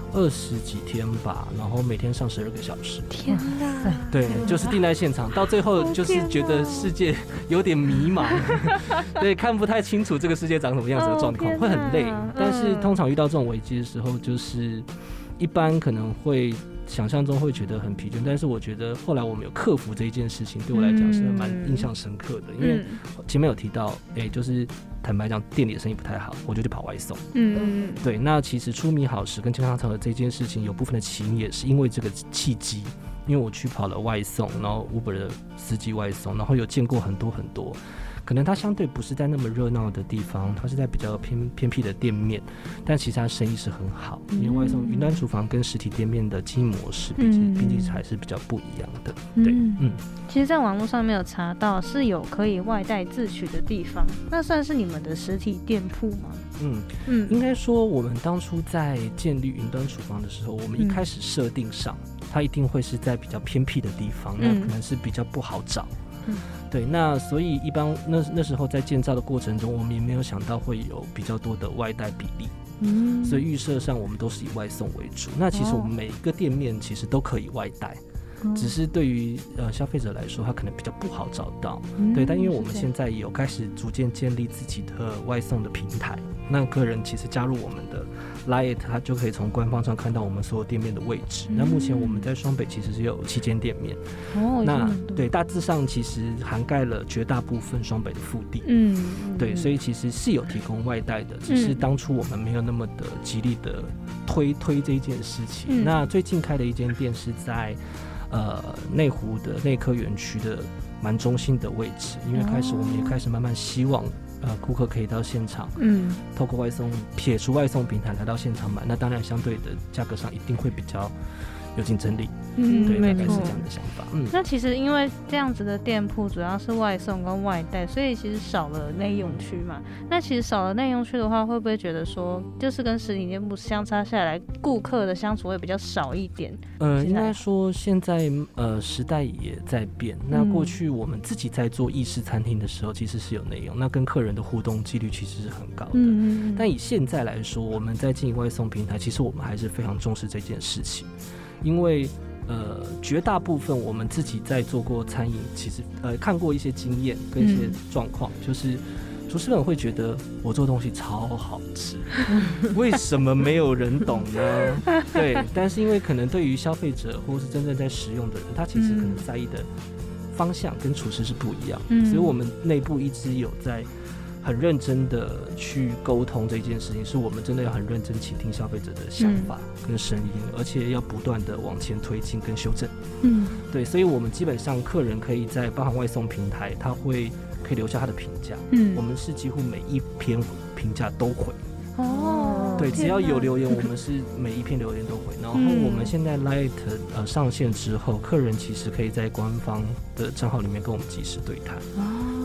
20几天吧，然后每天上12个小时。 天哪！ 对，就是定在现场，到最后就是觉得世界有点迷茫，对，看不太清楚这个世界长什么样子的状况，会很累。但是通常遇到这种危机的时候，就是一般可能会想象中会觉得很疲倦，但是我觉得后来我们有克服这一件事情，对我来讲是蛮印象深刻的。因为前面有提到，就是坦白讲，店里的生意不太好，我就去跑外送。对，那其实出米好食跟健康餐的这件事情，有部分的起因也是因为这个契机，因为我去跑了外送，然后 Uber 的司机外送，然后有见过很多。可能它相对不是在那么热闹的地方，它是在比较偏僻的店面，但其实它生意是很好，因为外送云端厨房跟实体店面的经营模式毕竟还是比较不一样的。对， 其实在网络上面有查到是有可以外带自取的地方，那算是你们的实体店铺吗？ 应该说我们当初在建立云端厨房的时候，我们一开始设定上，它一定会是在比较偏僻的地方，那可能是比较不好找。对，那所以一般那时候在建造的过程中，我们也没有想到会有比较多的外带比例，所以预设上我们都是以外送为主。那其实我们每一个店面其实都可以外带，只是对于消费者来说，他可能比较不好找到。对，但因为我们现在有开始逐渐建立自己的外送的平台，那客人其实加入我们的 Lite， 他就可以从官方上看到我们所有店面的位置。那目前我们在双北其实是有7间店面，那对大致上其实涵盖了绝大部分双北的腹地。对，所以其实是有提供外带的，只是当初我们没有那么的极力的推这一件事情。那最近开的一间店是在内湖的内科园区的蛮中心的位置，因为我们也开始慢慢希望顾客可以到现场，透过外送撇除外送平台来到现场买，那当然相对的价格上一定会比较有竞争力。对，大概是这样的想法。 那其实因为这样子的店铺主要是外送跟外带，所以其实少了内用区嘛。那其实少了内用区的话，会不会觉得说，就是跟实体店铺相差下来，顾客的相处会比较少一点？ 应该说现在时代也在变。那过去我们自己在做意式餐厅的时候，其实是有内用，那跟客人的互动几率其实是很高的。但以现在来说，我们在经营外送平台，其实我们还是非常重视这件事情，因为绝大部分我们自己在做过餐饮，其实看过一些经验跟一些状况，就是厨师们会觉得我做东西超好吃，为什么没有人懂呢？对，但是因为可能对于消费者或是真正在使用的人，他其实可能在意的方向跟厨师是不一样，所以我们内部一直有在很认真的去沟通这件事情，是我们真的要很认真倾听消费者的想法跟声音，而且要不断的往前推进跟修正。对，所以我们基本上客人可以在包含外送平台，他可以留下他的评价，我们是几乎每一篇评价都回。对，只要有留言，我们是每一篇留言都回。然后我们现在 Lite 上线之后，客人其实可以在官方的账号里面跟我们及时对谈。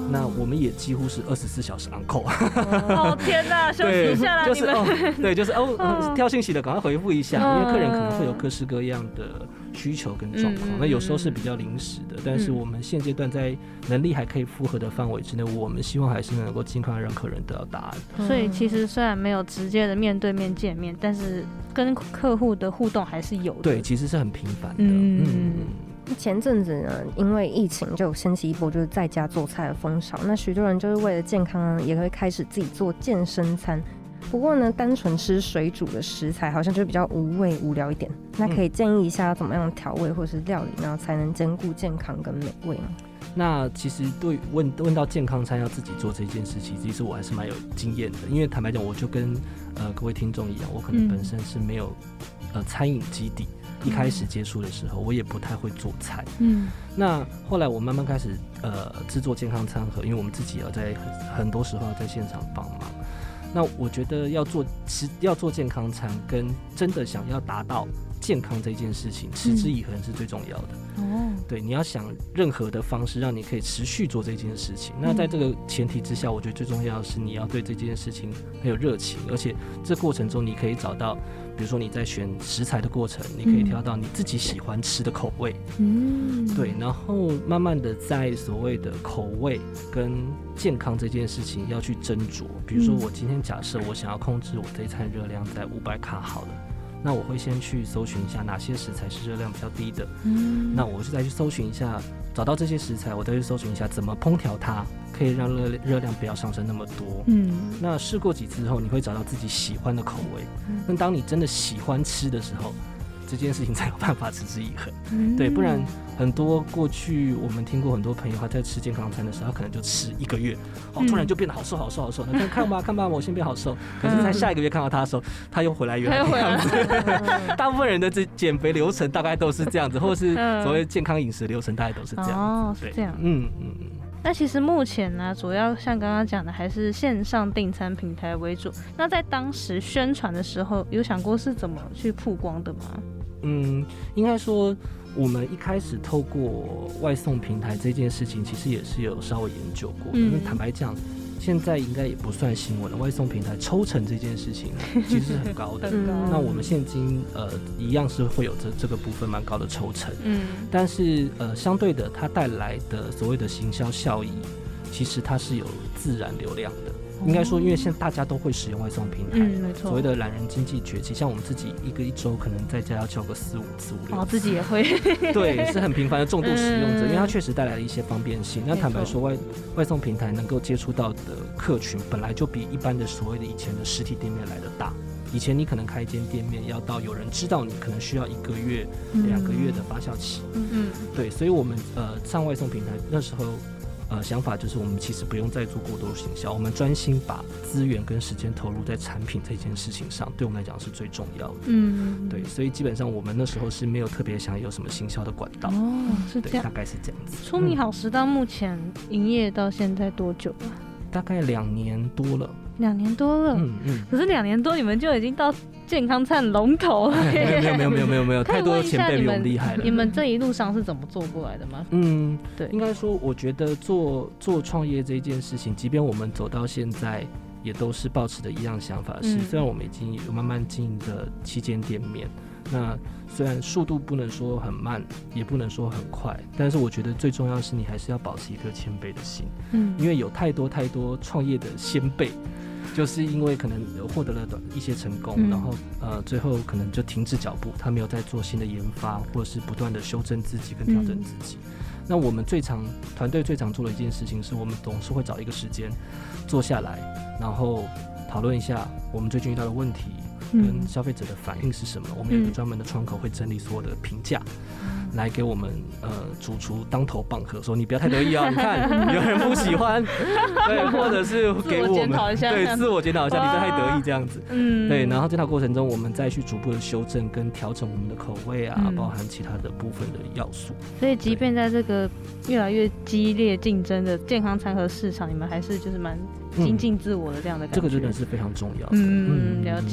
那我们也几乎是24小时 on call。 哦天哪，休息一下啦，你们对，就是跳信息的赶快回复一下，因为客人可能会有各式各样的需求跟状况，那有时候是比较临时的，但是我们现阶段在能力还可以负荷的范围之内，我们希望还是能够尽快让客人得到答案。 所以其实虽然没有直接的面对面见面，但是跟客户的互动还是有的。 对，其实是很频繁的。 前阵子呢，因为疫情就掀起一波就是在家做菜的风潮，那许多人就是为了健康呢，也会开始自己做健身餐。不过呢，单纯吃水煮的食材好像就比较无味无聊一点。那可以建议一下怎么样调味或是料理，然后才能兼顾健康跟美味呢？ 那其实对问到健康餐要自己做这件事情，其实我还是蛮有经验的，因为坦白讲，我就跟各位听众一样，我可能本身是没有餐饮基底。一开始接触的时候，我也不太会做菜。那后来我慢慢开始制作健康餐盒，因为我们自己要在很多时候要在现场帮忙。那我觉得要做健康餐，跟真的想要达到健康这件事情，持之以恒是最重要的。对，你要想任何的方式让你可以持续做这件事情。那在这个前提之下，我觉得最重要的是你要对这件事情很有热情，而且这过程中你可以找到，比如说你在选食材的过程，你可以挑到你自己喜欢吃的口味。对，然后慢慢的在所谓的口味跟健康这件事情要去斟酌。比如说我今天假设我想要控制我这一餐热量在500卡好了。那我会先去搜寻一下哪些食材是热量比较低的，那我就再去搜寻一下，找到这些食材，我再去搜寻一下怎么烹调它，可以让热量不要上升那么多。那试过几次之后，你会找到自己喜欢的口味。那当你真的喜欢吃的时候，这件事情才有办法持之以恒。对，不然很多过去我们听过很多朋友他在吃健康餐的时候，他可能就吃1个月，突然就变得好瘦好瘦好瘦。那看吧，我先变好瘦。可是在下一个月看到他的时候，他又回来原来的样子。大部分人的减肥流程大概都是这样子，或是所谓健康饮食流程大概都是这样子。 是这样。那其实目前呢，主要像刚刚讲的，还是线上订餐平台为主。那在当时宣传的时候，有想过是怎么去曝光的吗？ 应该说我们一开始透过外送平台这件事情，其实也是有稍微研究过。坦白讲，现在应该也不算新闻了。外送平台抽成这件事情其实是很高的。那我们现今一样是会有这个部分蛮高的抽成。但是相对的，它带来的所谓的行销效益，其实它是有自然流量的。应该说，因为现在大家都会使用外送平台，所谓的懒人经济崛起，像我们自己一周可能在家要叫个4、5次、5、6， 自己也会， 对，是很频繁的重度使用者，因为它确实带来了一些方便性。那坦白说，外送平台能够接触到的客群，本来就比一般的所谓的以前的实体店面来的大。以前你可能开一间店面，要到有人知道你，可能需要1个月、2个月的发酵期。对，所以我们上外送平台那时候。想法就是我们其实不用再做过多行销，我们专心把资源跟时间投入在产品这件事情上，对我们来讲是最重要的。对，所以基本上我们那时候是没有特别想有什么行销的管道。 是这样， 大概是这样子。 出米好食到目前营业到现在多久了？ 大概2年多了。 2年多了，可是2年多你们就已经到健康餐龙头了。 没有，太多前辈比我们厉害了。 你们这一路上是怎么做过来的吗？ 对，应该说，我觉得做创业这件事情，即便我们走到现在，也都是抱持的一样想法是，虽然我们已经有慢慢经营的7间店面，那虽然速度不能说很慢，也不能说很快，但是我觉得最重要的是你还是要保持一颗谦卑的心。因为有太多创业的先辈。就是因为可能获得了一些成功，然后最后可能就停止脚步，他没有再做新的研发，或者是不断的修正自己跟调整自己。那我们团队最常做的一件事情是，我们总是会找一个时间坐下来，然后讨论一下我们最近遇到的问题跟消费者的反应是什么。我们有一个专门的窗口会整理所有的评价，来给我们主厨当头棒喝，说你不要太得意啊，你看有人不喜欢，对，或者是给我们对自我检讨一下，你不要太得意这样子。对，然后这套过程中，我们再去逐步的修正跟调整我们的口味啊，包含其他的部分的要素。 所以，即便在这个越来越激烈竞争的健康餐盒市场，你们还是就是蛮精进自我的这样的感觉。 这个真的是非常重要的。 了解。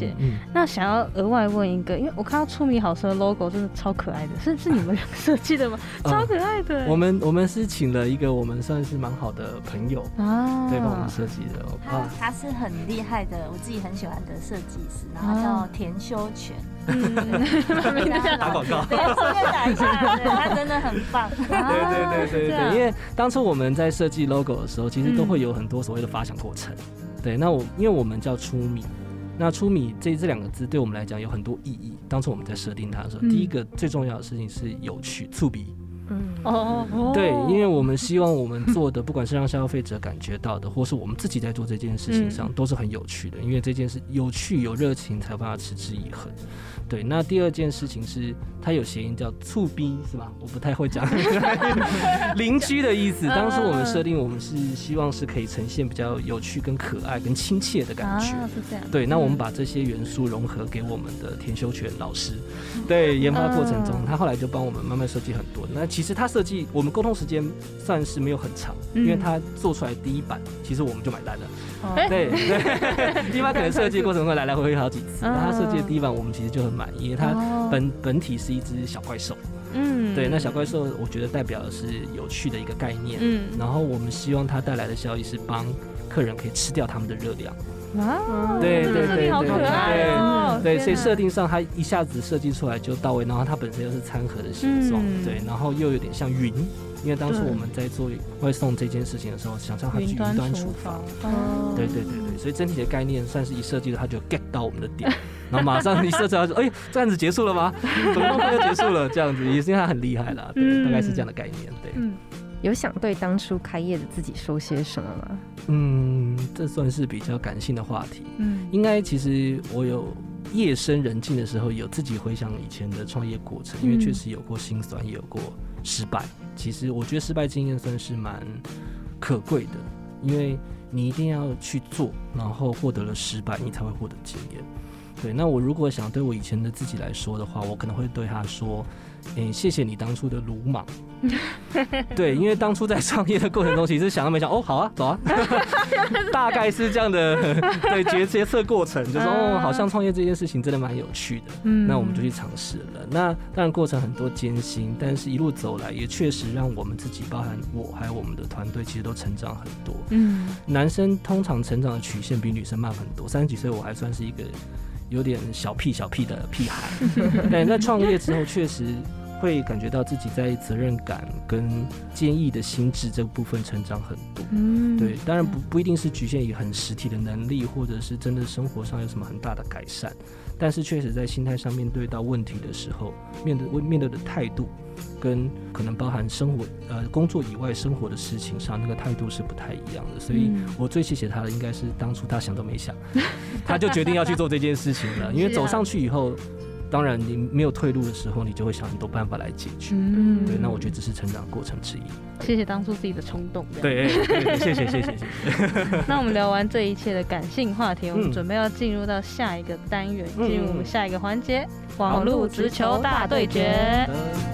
那想要额外问一个，因为我看到出米好吃的 logo 真的超可爱的，是你们设计的吗？超可爱的。我们是请了一个我们算是蛮好的朋友啊，对，帮我们设计的。 他是很厉害的，我自己很喜欢的设计师，然后叫田修全。 打广告， 对，顺便打一下，对，他真的很棒。 对，因为当初我们在设计 logo 的时候，其实都会有很多所谓的发想过程。对，那因为我们叫出米。那出米这2个字对我们来讲有很多意义。当初我们在设定它的时候，第一个最重要的事情是有趣，触鼻。对，因为我们希望我们做的，不管是让消费者感觉到的，或是我们自己在做这件事情上，都是很有趣的。因为这件事有趣有热情，才有办法持之以恒。对，那第二件事情是它有谐音叫促逼，是吧？我不太会讲邻居的意思。当初我们设定，我们是希望是可以呈现比较有趣、跟可爱、跟亲切的感觉。 是这样。 对，那我们把这些元素融合给我们的田修全老师。对，研发过程中，他后来就帮我们慢慢设计很多。那其实他设计，我们沟通时间算是没有很长，因为他做出来第一版，其实我们就买单了。对，第一版可能设计过程中来回好几次，那他设计的第一版我们其实就很满意，因为它本体是一只小怪兽。对，那小怪兽我觉得代表的是有趣的一个概念。然后我们希望它带来的效益是帮客人可以吃掉他们的热量。对， 好可爱哦！ 对，所以设定上它一下子设计出来就到位，然后它本身又是餐盒的形状，对，然后又有点像云，因为当初我们在做外送这件事情的时候，想象它去云端厨房，对，所以整体的概念算是一设计的，它就 get 到我们的点，然后马上一设计，它就这样子结束了吗？怎么那么快就结束了？这样子也是因为它很厉害啦，对，大概是这样的概念，对。 有想对当初开业的自己说些什么吗？ 这算是比较感性的话题。应该其实我有夜深人静的时候，有自己回想以前的创业过程，因为确实有过辛酸，也有过失败。其实我觉得失败经验算是蛮可贵的，因为你一定要去做，然后获得了失败，你才会获得经验。对，那我如果想对我以前的自己来说的话，我可能会对他说：谢谢你当初的鲁莽。对，因为当初在创业的过程中，其实想都没想，好啊，走啊，大概是这样的对决策过程，就是好像创业这件事情真的蛮有趣的，那我们就去尝试了。那当然过程很多艰辛，但是一路走来也确实让我们自己，包含我还有我们的团队，其实都成长很多。男生通常成长的曲线比女生慢很多，30几岁我还算是一个有点小屁的屁孩，但在创业之后确实会感觉到自己在责任感跟坚毅的心智这部分成长很多。对，当然不一定是局限于很实体的能力，或者是真的生活上有什么很大的改善，但是确实在心态上面对到问题的时候，面对的态度，跟可能包含生活工作以外生活的事情上，那个态度是不太一样的。所以我最谢谢他的应该是当初他想都没想，他就决定要去做这件事情了。因为走上去以后，当然你没有退路的时候，你就会想很多办法来解决。对，那我觉得这是成长过程之一。 谢谢当初自己的冲动。 对，谢谢。 那我们聊完这一切的感性话题，我们准备要进入到下一个单元，进入我们下一个环节——网路直球大对决。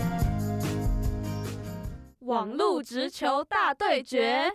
网路直球大对决。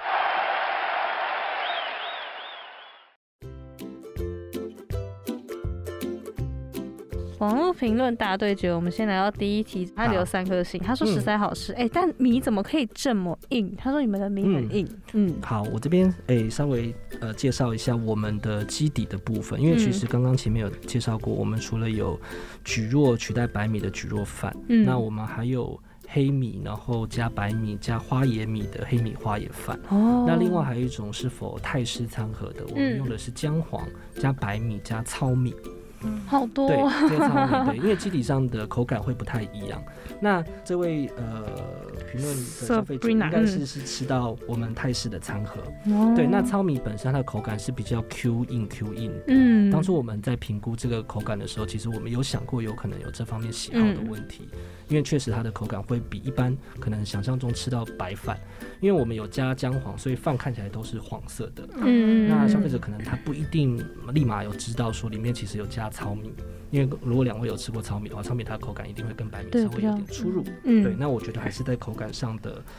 网络评论大对决，我们先来到第一题，他留3颗星，他说实在好吃，但米怎么可以这么硬？他说你们的米很硬。 好，我这边稍微介绍一下我们的基底的部分，因为其实刚刚前面有介绍过，我们除了有蒟蒻取代白米的蒟蒻饭，那我们还有黑米，然后加白米加花椰米的黑米花椰饭。那另外还有一种是否泰式餐盒的，我们用的是姜黄加白米加糙米。 好多对，这些糙米对，因为基底上的口感会不太一样。那这位评论的消费者应该是吃到我们泰式的餐盒，对。那糙米本身它的口感是比较 Q 硬的。当初我们在评估这个口感的时候，其实我们有想过有可能有这方面喜好的问题，因为确实它的口感会比一般可能想象中吃到白饭，因为我们有加姜黄，所以饭看起来都是黄色的。那消费者可能他不一定立马有知道说里面其实有加糙米，因为如果2位有吃过糙米的话，糙米它的口感一定会跟白米稍微有点出入。对，那我觉得还是在口感上的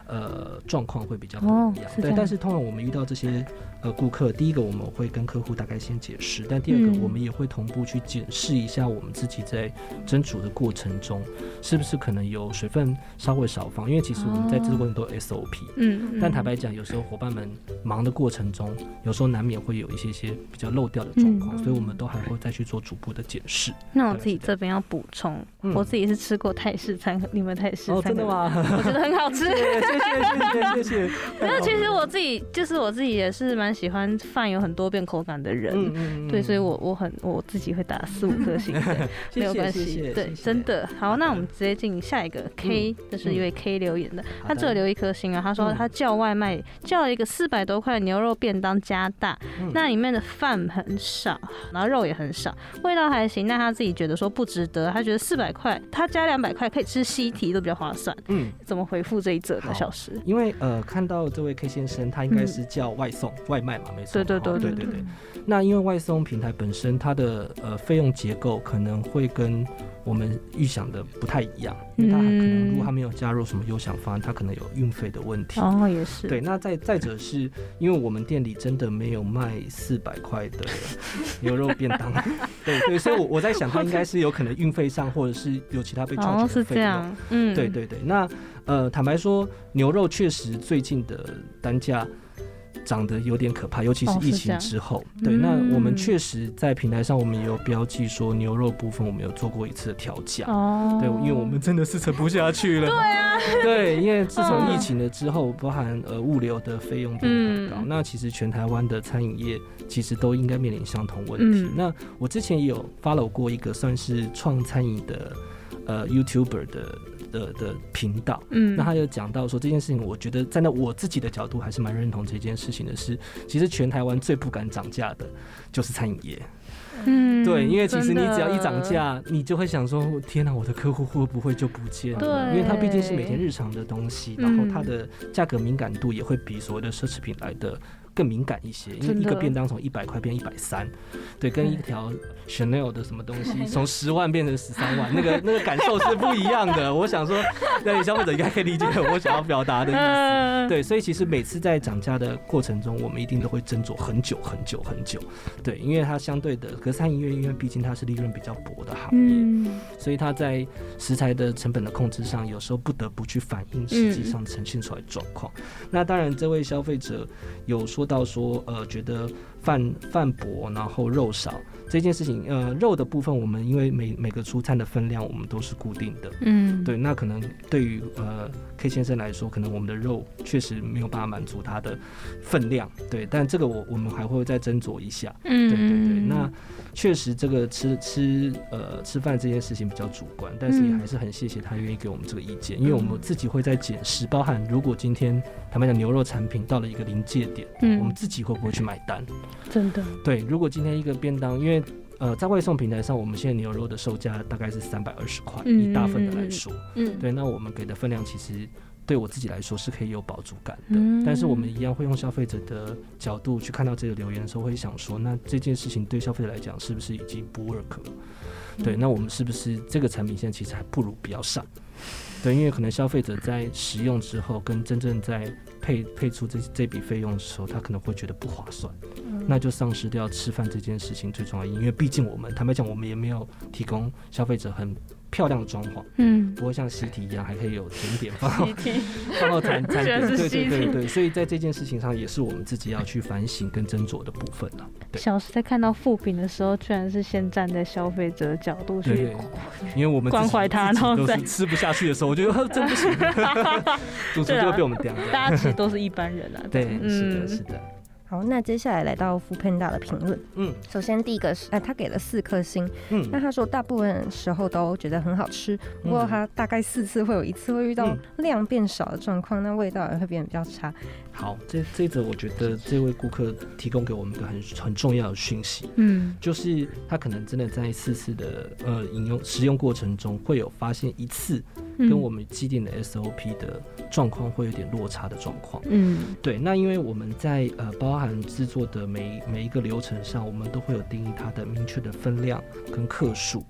状况会比较不一样。对，但是通常我们遇到这些顾客，第一个我们会跟客户大概先解释，但第二个我们也会同步去检视一下我们自己在蒸煮的过程中是不是可能有水分稍微少放，因为其实我们在制作过程都有 SOP，但坦白讲，有时候伙伴们忙的过程中，有时候难免会有一些比较漏掉的状况，所以我们都还会再去做逐步的检视。 那我自己这边要补充，我自己是吃过泰式餐，你们泰式餐真的吗？ 我觉得很好吃， 谢谢。 那其实我自己也是蛮喜欢饭有很多变口感的人，对，所以我自己会打4-5颗星，没有关系，对，真的好。那我们直接进下一个 K， 这是一位 K 留言的，他只有留1颗星啊，他说他叫外卖叫了一个400多块的牛肉便当加大，那里面的饭很少，然后肉也很少，味道还行，但他自己觉得说不值得，他觉得400块他加200块可以吃西提都比较划算。怎么回复这一则呢？小时因为看到这位 K 先生，他应该是叫外送外卖嘛，没错。对。那因为外送平台本身它的费用结构可能会跟我们预想的不太一样，因为它可能如果它没有加入什么优享方案，它可能有运费的问题。 也是。 对，那再者是因为我们店里真的没有卖400块的牛肉便当，对，所以我在想，它应该是有可能运费上或者是有其他被charge的费用。对。那坦白说，牛肉确实最近的单价涨得有点可怕，尤其是疫情之后。对，那我们确实在平台上，我们也有标记说牛肉部分我们有做过一次的调价。对，因为我们真的是撑不下去了。 对啊， 对，因为自从疫情了之后，包含物流的费用变得很高，那其实全台湾的餐饮业其实都应该面临相同问题。那我之前也有 follow 过一个算是创餐饮的YouTuber 的频道，那他有讲到说这件事情，我觉得站在我自己的角度还是蛮认同这件事情的是，其实全台湾最不敢涨价的就是餐饮业。对，因为其实你只要一涨价，你就会想说，天哪，我的客户会不会就不见了？因为它毕竟是每天日常的东西，然后它的价格敏感度也会比所谓的奢侈品来的更敏感一些，因为一个便当从100块变130，对，跟一条 Chanel 的什么东西从10万变成13万，那个感受是不一样的。我想说，那消费者应该可以理解我想要表达的意思。对，所以其实每次在涨价的过程中，我们一定都会斟酌很久。对，因为它相对的，可是餐饮业因为毕竟它是利润比较薄的行业，所以它在食材的成本的控制上，有时候不得不去反映实际上呈现出来的状况。那当然，这位消费者有说到说，觉得饭薄，然后肉少这件事情，肉的部分我们因为每个出餐的分量我们都是固定的，对，那可能对于K 先生来说，可能我们的肉确实没有办法满足他的分量，对，但这个我们还会再斟酌一下，对，那确实这个吃饭这件事情比较主观，但是也还是很谢谢他愿意给我们这个意见，因为我们自己会在检视，包含如果今天坦白讲牛肉产品到了一个临界点，我们自己会不会去买单？ 真的， 对，如果今天一个便当，因为在外送平台上，我们现在牛肉的售价大概是320块，以大份的来说，对，那我们给的分量其实对我自己来说是可以有饱足感的，但是我们一样会用消费者的角度去看到这个留言的时候，会想说，那这件事情对消费者来讲是不是已经不 work 了？对，那我们是不是这个产品现在其实还不如不要上？对，因为可能消费者在使用之后，跟真正在配出这笔费用的时候，他可能会觉得不划算，那就丧失掉吃饭这件事情最重要的意义。因为毕竟我们坦白讲，我们也没有提供消费者很漂亮的装潢，不会像西提一样还可以有甜点放到餐点，对，所以在这件事情上也是我们自己要去反省跟斟酌的部分了。 小时在看到负评的时候，居然是先站在消费者的角度去， 因为我们关怀他，然后都是吃不下去的时候，我觉得真不行，主厨就会被我们刁。 大家其实都是一般人啊， 对，是的。 好，那接下来到Foodpanda的评论。首先第一个是，他给了4颗星。那他说大部分时候都觉得很好吃，不过他大概4次会有1次会遇到量变少的状况，那味道也会变得比较差。 好，这一则我觉得这位顾客提供给我们一个很重要的讯息，就是他可能真的在4次的食用过程中会有发现1次跟我们既定的 SOP 的状况会有点落差的状况。对，那因为我们在包含制作的每一个流程上，我们都会有定义它的明确的分量跟克数。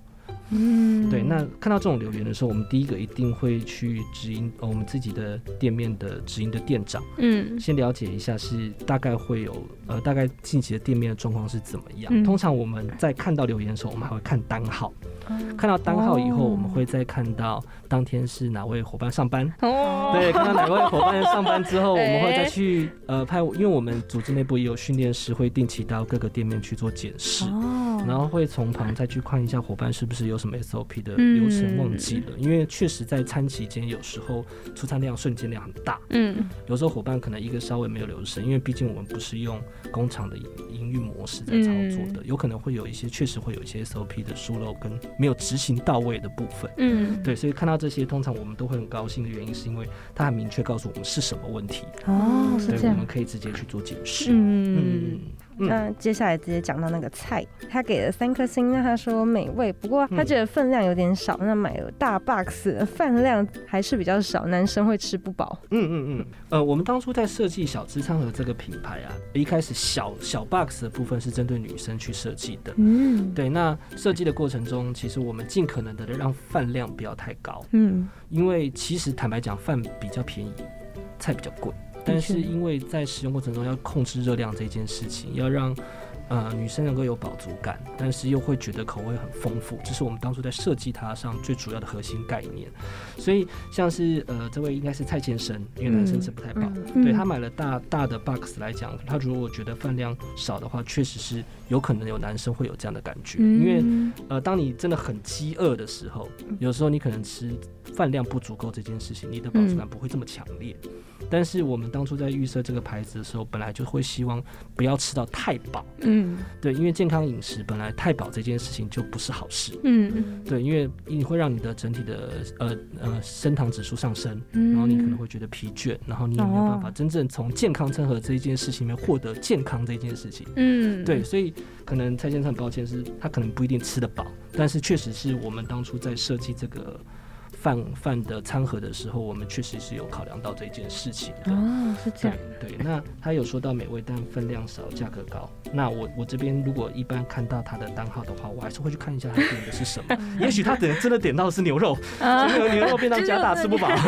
对，那看到这种留言的时候，我们第一个一定会去指引我们自己的店面的直营的店长，先了解一下是大概会有大概近期的店面的状况是怎么样。通常我们在看到留言的时候，我们还会看单号，看到单号以后，我们会再看到当天是哪位伙伴上班，对，看到哪位伙伴上班之后，我们会再去派，因为我们组织内部也有训练师，会定期到各个店面去做检视，然后会从旁再去看一下伙伴是不是有什么 SOP 的流程忘记了，因为确实在餐期间有时候出餐量瞬间量很大，有时候伙伴可能一个稍微没有留神，因为毕竟我们不是用工厂的营运模式在操作的，有可能会有一些确实会有一些 SOP 的疏漏跟没有执行到位的部分，对，所以看到这些通常我们都会很高兴的原因是因为他很明确告诉我们是什么问题， 是这样， 我们可以直接去做检视。 那接下来直接讲到那个菜，他给了3颗星，那他说美味，不过他觉得分量有点少，那买了大 box 饭量还是比较少，男生会吃不饱。 我们当初在设计小资餐盒这个品牌啊，一开始小 box 的部分是针对女生去设计的，对，那设计的过程中，其实我们尽可能的让饭量不要太高，因为其实坦白讲，饭比较便宜，菜比较贵。但是因为在使用过程中要控制热量这件事情，要让女生能够有饱足感，但是又会觉得口味很丰富，这是我们当初在设计它上最主要的核心概念。所以像是这位应该是蔡先生，因为男生吃不太饱，对，他买了大的 box 来讲，他如果觉得饭量少的话，确实是有可能有男生会有这样的感觉，因为当你真的很饥饿的时候，有时候你可能吃饭量不足够这件事情，你的饱足感不会这么强烈。但是我们当初在预设这个牌子的时候，本来就会希望不要吃到太饱，对，因为健康饮食本来太饱这件事情就不是好事，对，因为你会让你的整体的升糖指数上升，然后你可能会觉得疲倦，然后你也没有办法真正从健康餐盒这一件事情里面获得健康这件事情，对，所以可能蔡先生很抱歉是他可能不一定吃得饱，但是确实是我们当初在设计这个饭的餐盒的时候，我们确实是有考量到这件事情的。 是这样。 对，那他有说到美味，但分量少，价格高。那我这边如果一般看到他的单号的话，我还是会去看一下他点的是什么。也许他真的点到的是牛肉，所以牛肉便当加大吃不饱。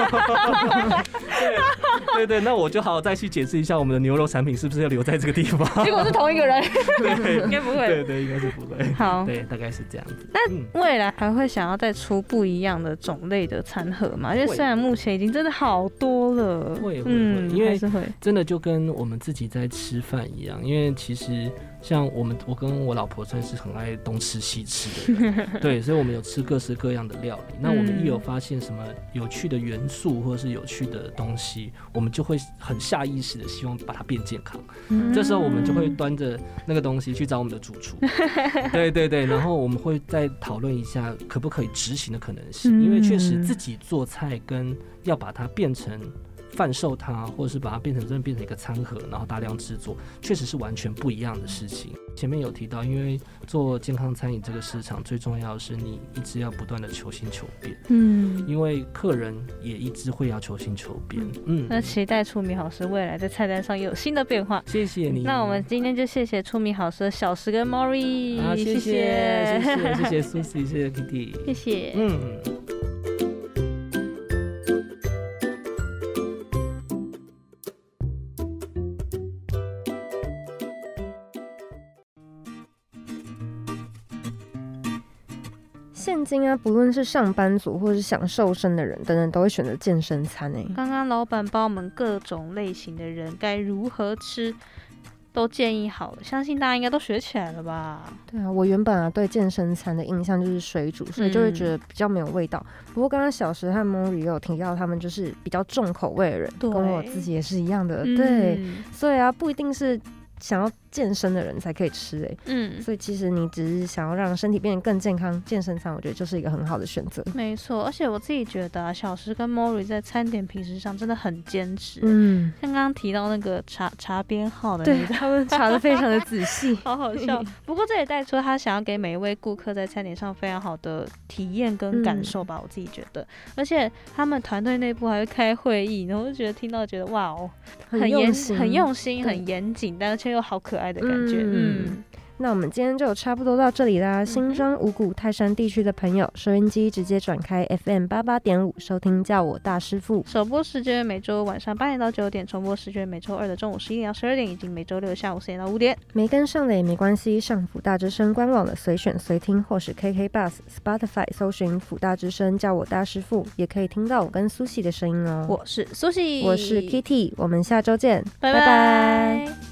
对，那我就好好再去解释一下我们的牛肉产品是不是要留在这个地方。 结果是同一个人， 对， 应该不会。 对，应该是不会。 好， 对，大概是这样子。 那未来还会想要再出不一样的种类的餐盒吗？因为虽然目前已经真的好多了， 会，因为真的就跟我们自己在吃饭一样，因为其实像我跟我老婆算是很爱东吃西吃的人，对，所以我们有吃各式各样的料理。那我们一有发现什么有趣的元素或者是有趣的东西，我们就会很下意识的希望把它变健康。这时候我们就会端着那个东西去找我们的主厨，对，然后我们会再讨论一下可不可以执行的可能性，因为确实自己做菜跟要把它变成贩售它，或者是把它变成一个餐盒，然后大量制作，确实是完全不一样的事情。前面有提到，因为做健康餐饮这个市场，最重要的是你一直要不断的求新求变，因为客人也一直会要求新求变， 那期待出米好食未来在菜单上有新的变化。 谢谢你。 那我们今天就谢谢出米好食的小石跟 Mori， 谢谢 Susie， 谢谢 Kitty， 谢谢。 现今啊，不论是上班族或是想瘦身的人等等，都会选择健身餐。 刚刚老板帮我们各种类型的人该如何吃都建议好了，相信大家应该都学起来了吧？ 对啊，我原本对健身餐的印象就是水煮，所以就会觉得比较没有味道。不过刚刚小石和 Mori 有提到他们就是比较重口味的人，跟我自己也是一样的。对，所以啊，不一定是想要健身的人才可以吃所以其实你只是想要让身体变得更健康，健身餐我觉得就是一个很好的选择。 没错，而且我自己觉得小石跟 Mori 在餐点品质上真的很坚持。像刚刚提到那个查编号的对，他们查得非常的仔细， 好好笑。不过这也带出他想要给每一位顾客在餐点上非常好的体验跟感受吧，我自己觉得。而且他们团队内部还会开会议，然后就觉得听到觉得哇哦，很用心，很严谨，但而且又好可爱的感觉。 那我们今天就差不多到这里啦。新庄、五股、泰山地区的朋友，收音机直接转开 FM88.5，收听叫我大师傅。 首播时间每周晚上8点到9点，重播时间每周2的中午11点到12点，以及每周6下午4点到5点。 没跟上的也没关系，上辅大之声官网的随选随听，或是 KKBus、Spotify 搜寻辅大之声叫我大师傅，也可以听到我跟苏西的声音哦。 我是苏西， 我是 Kitty， 我们下周见， 拜拜。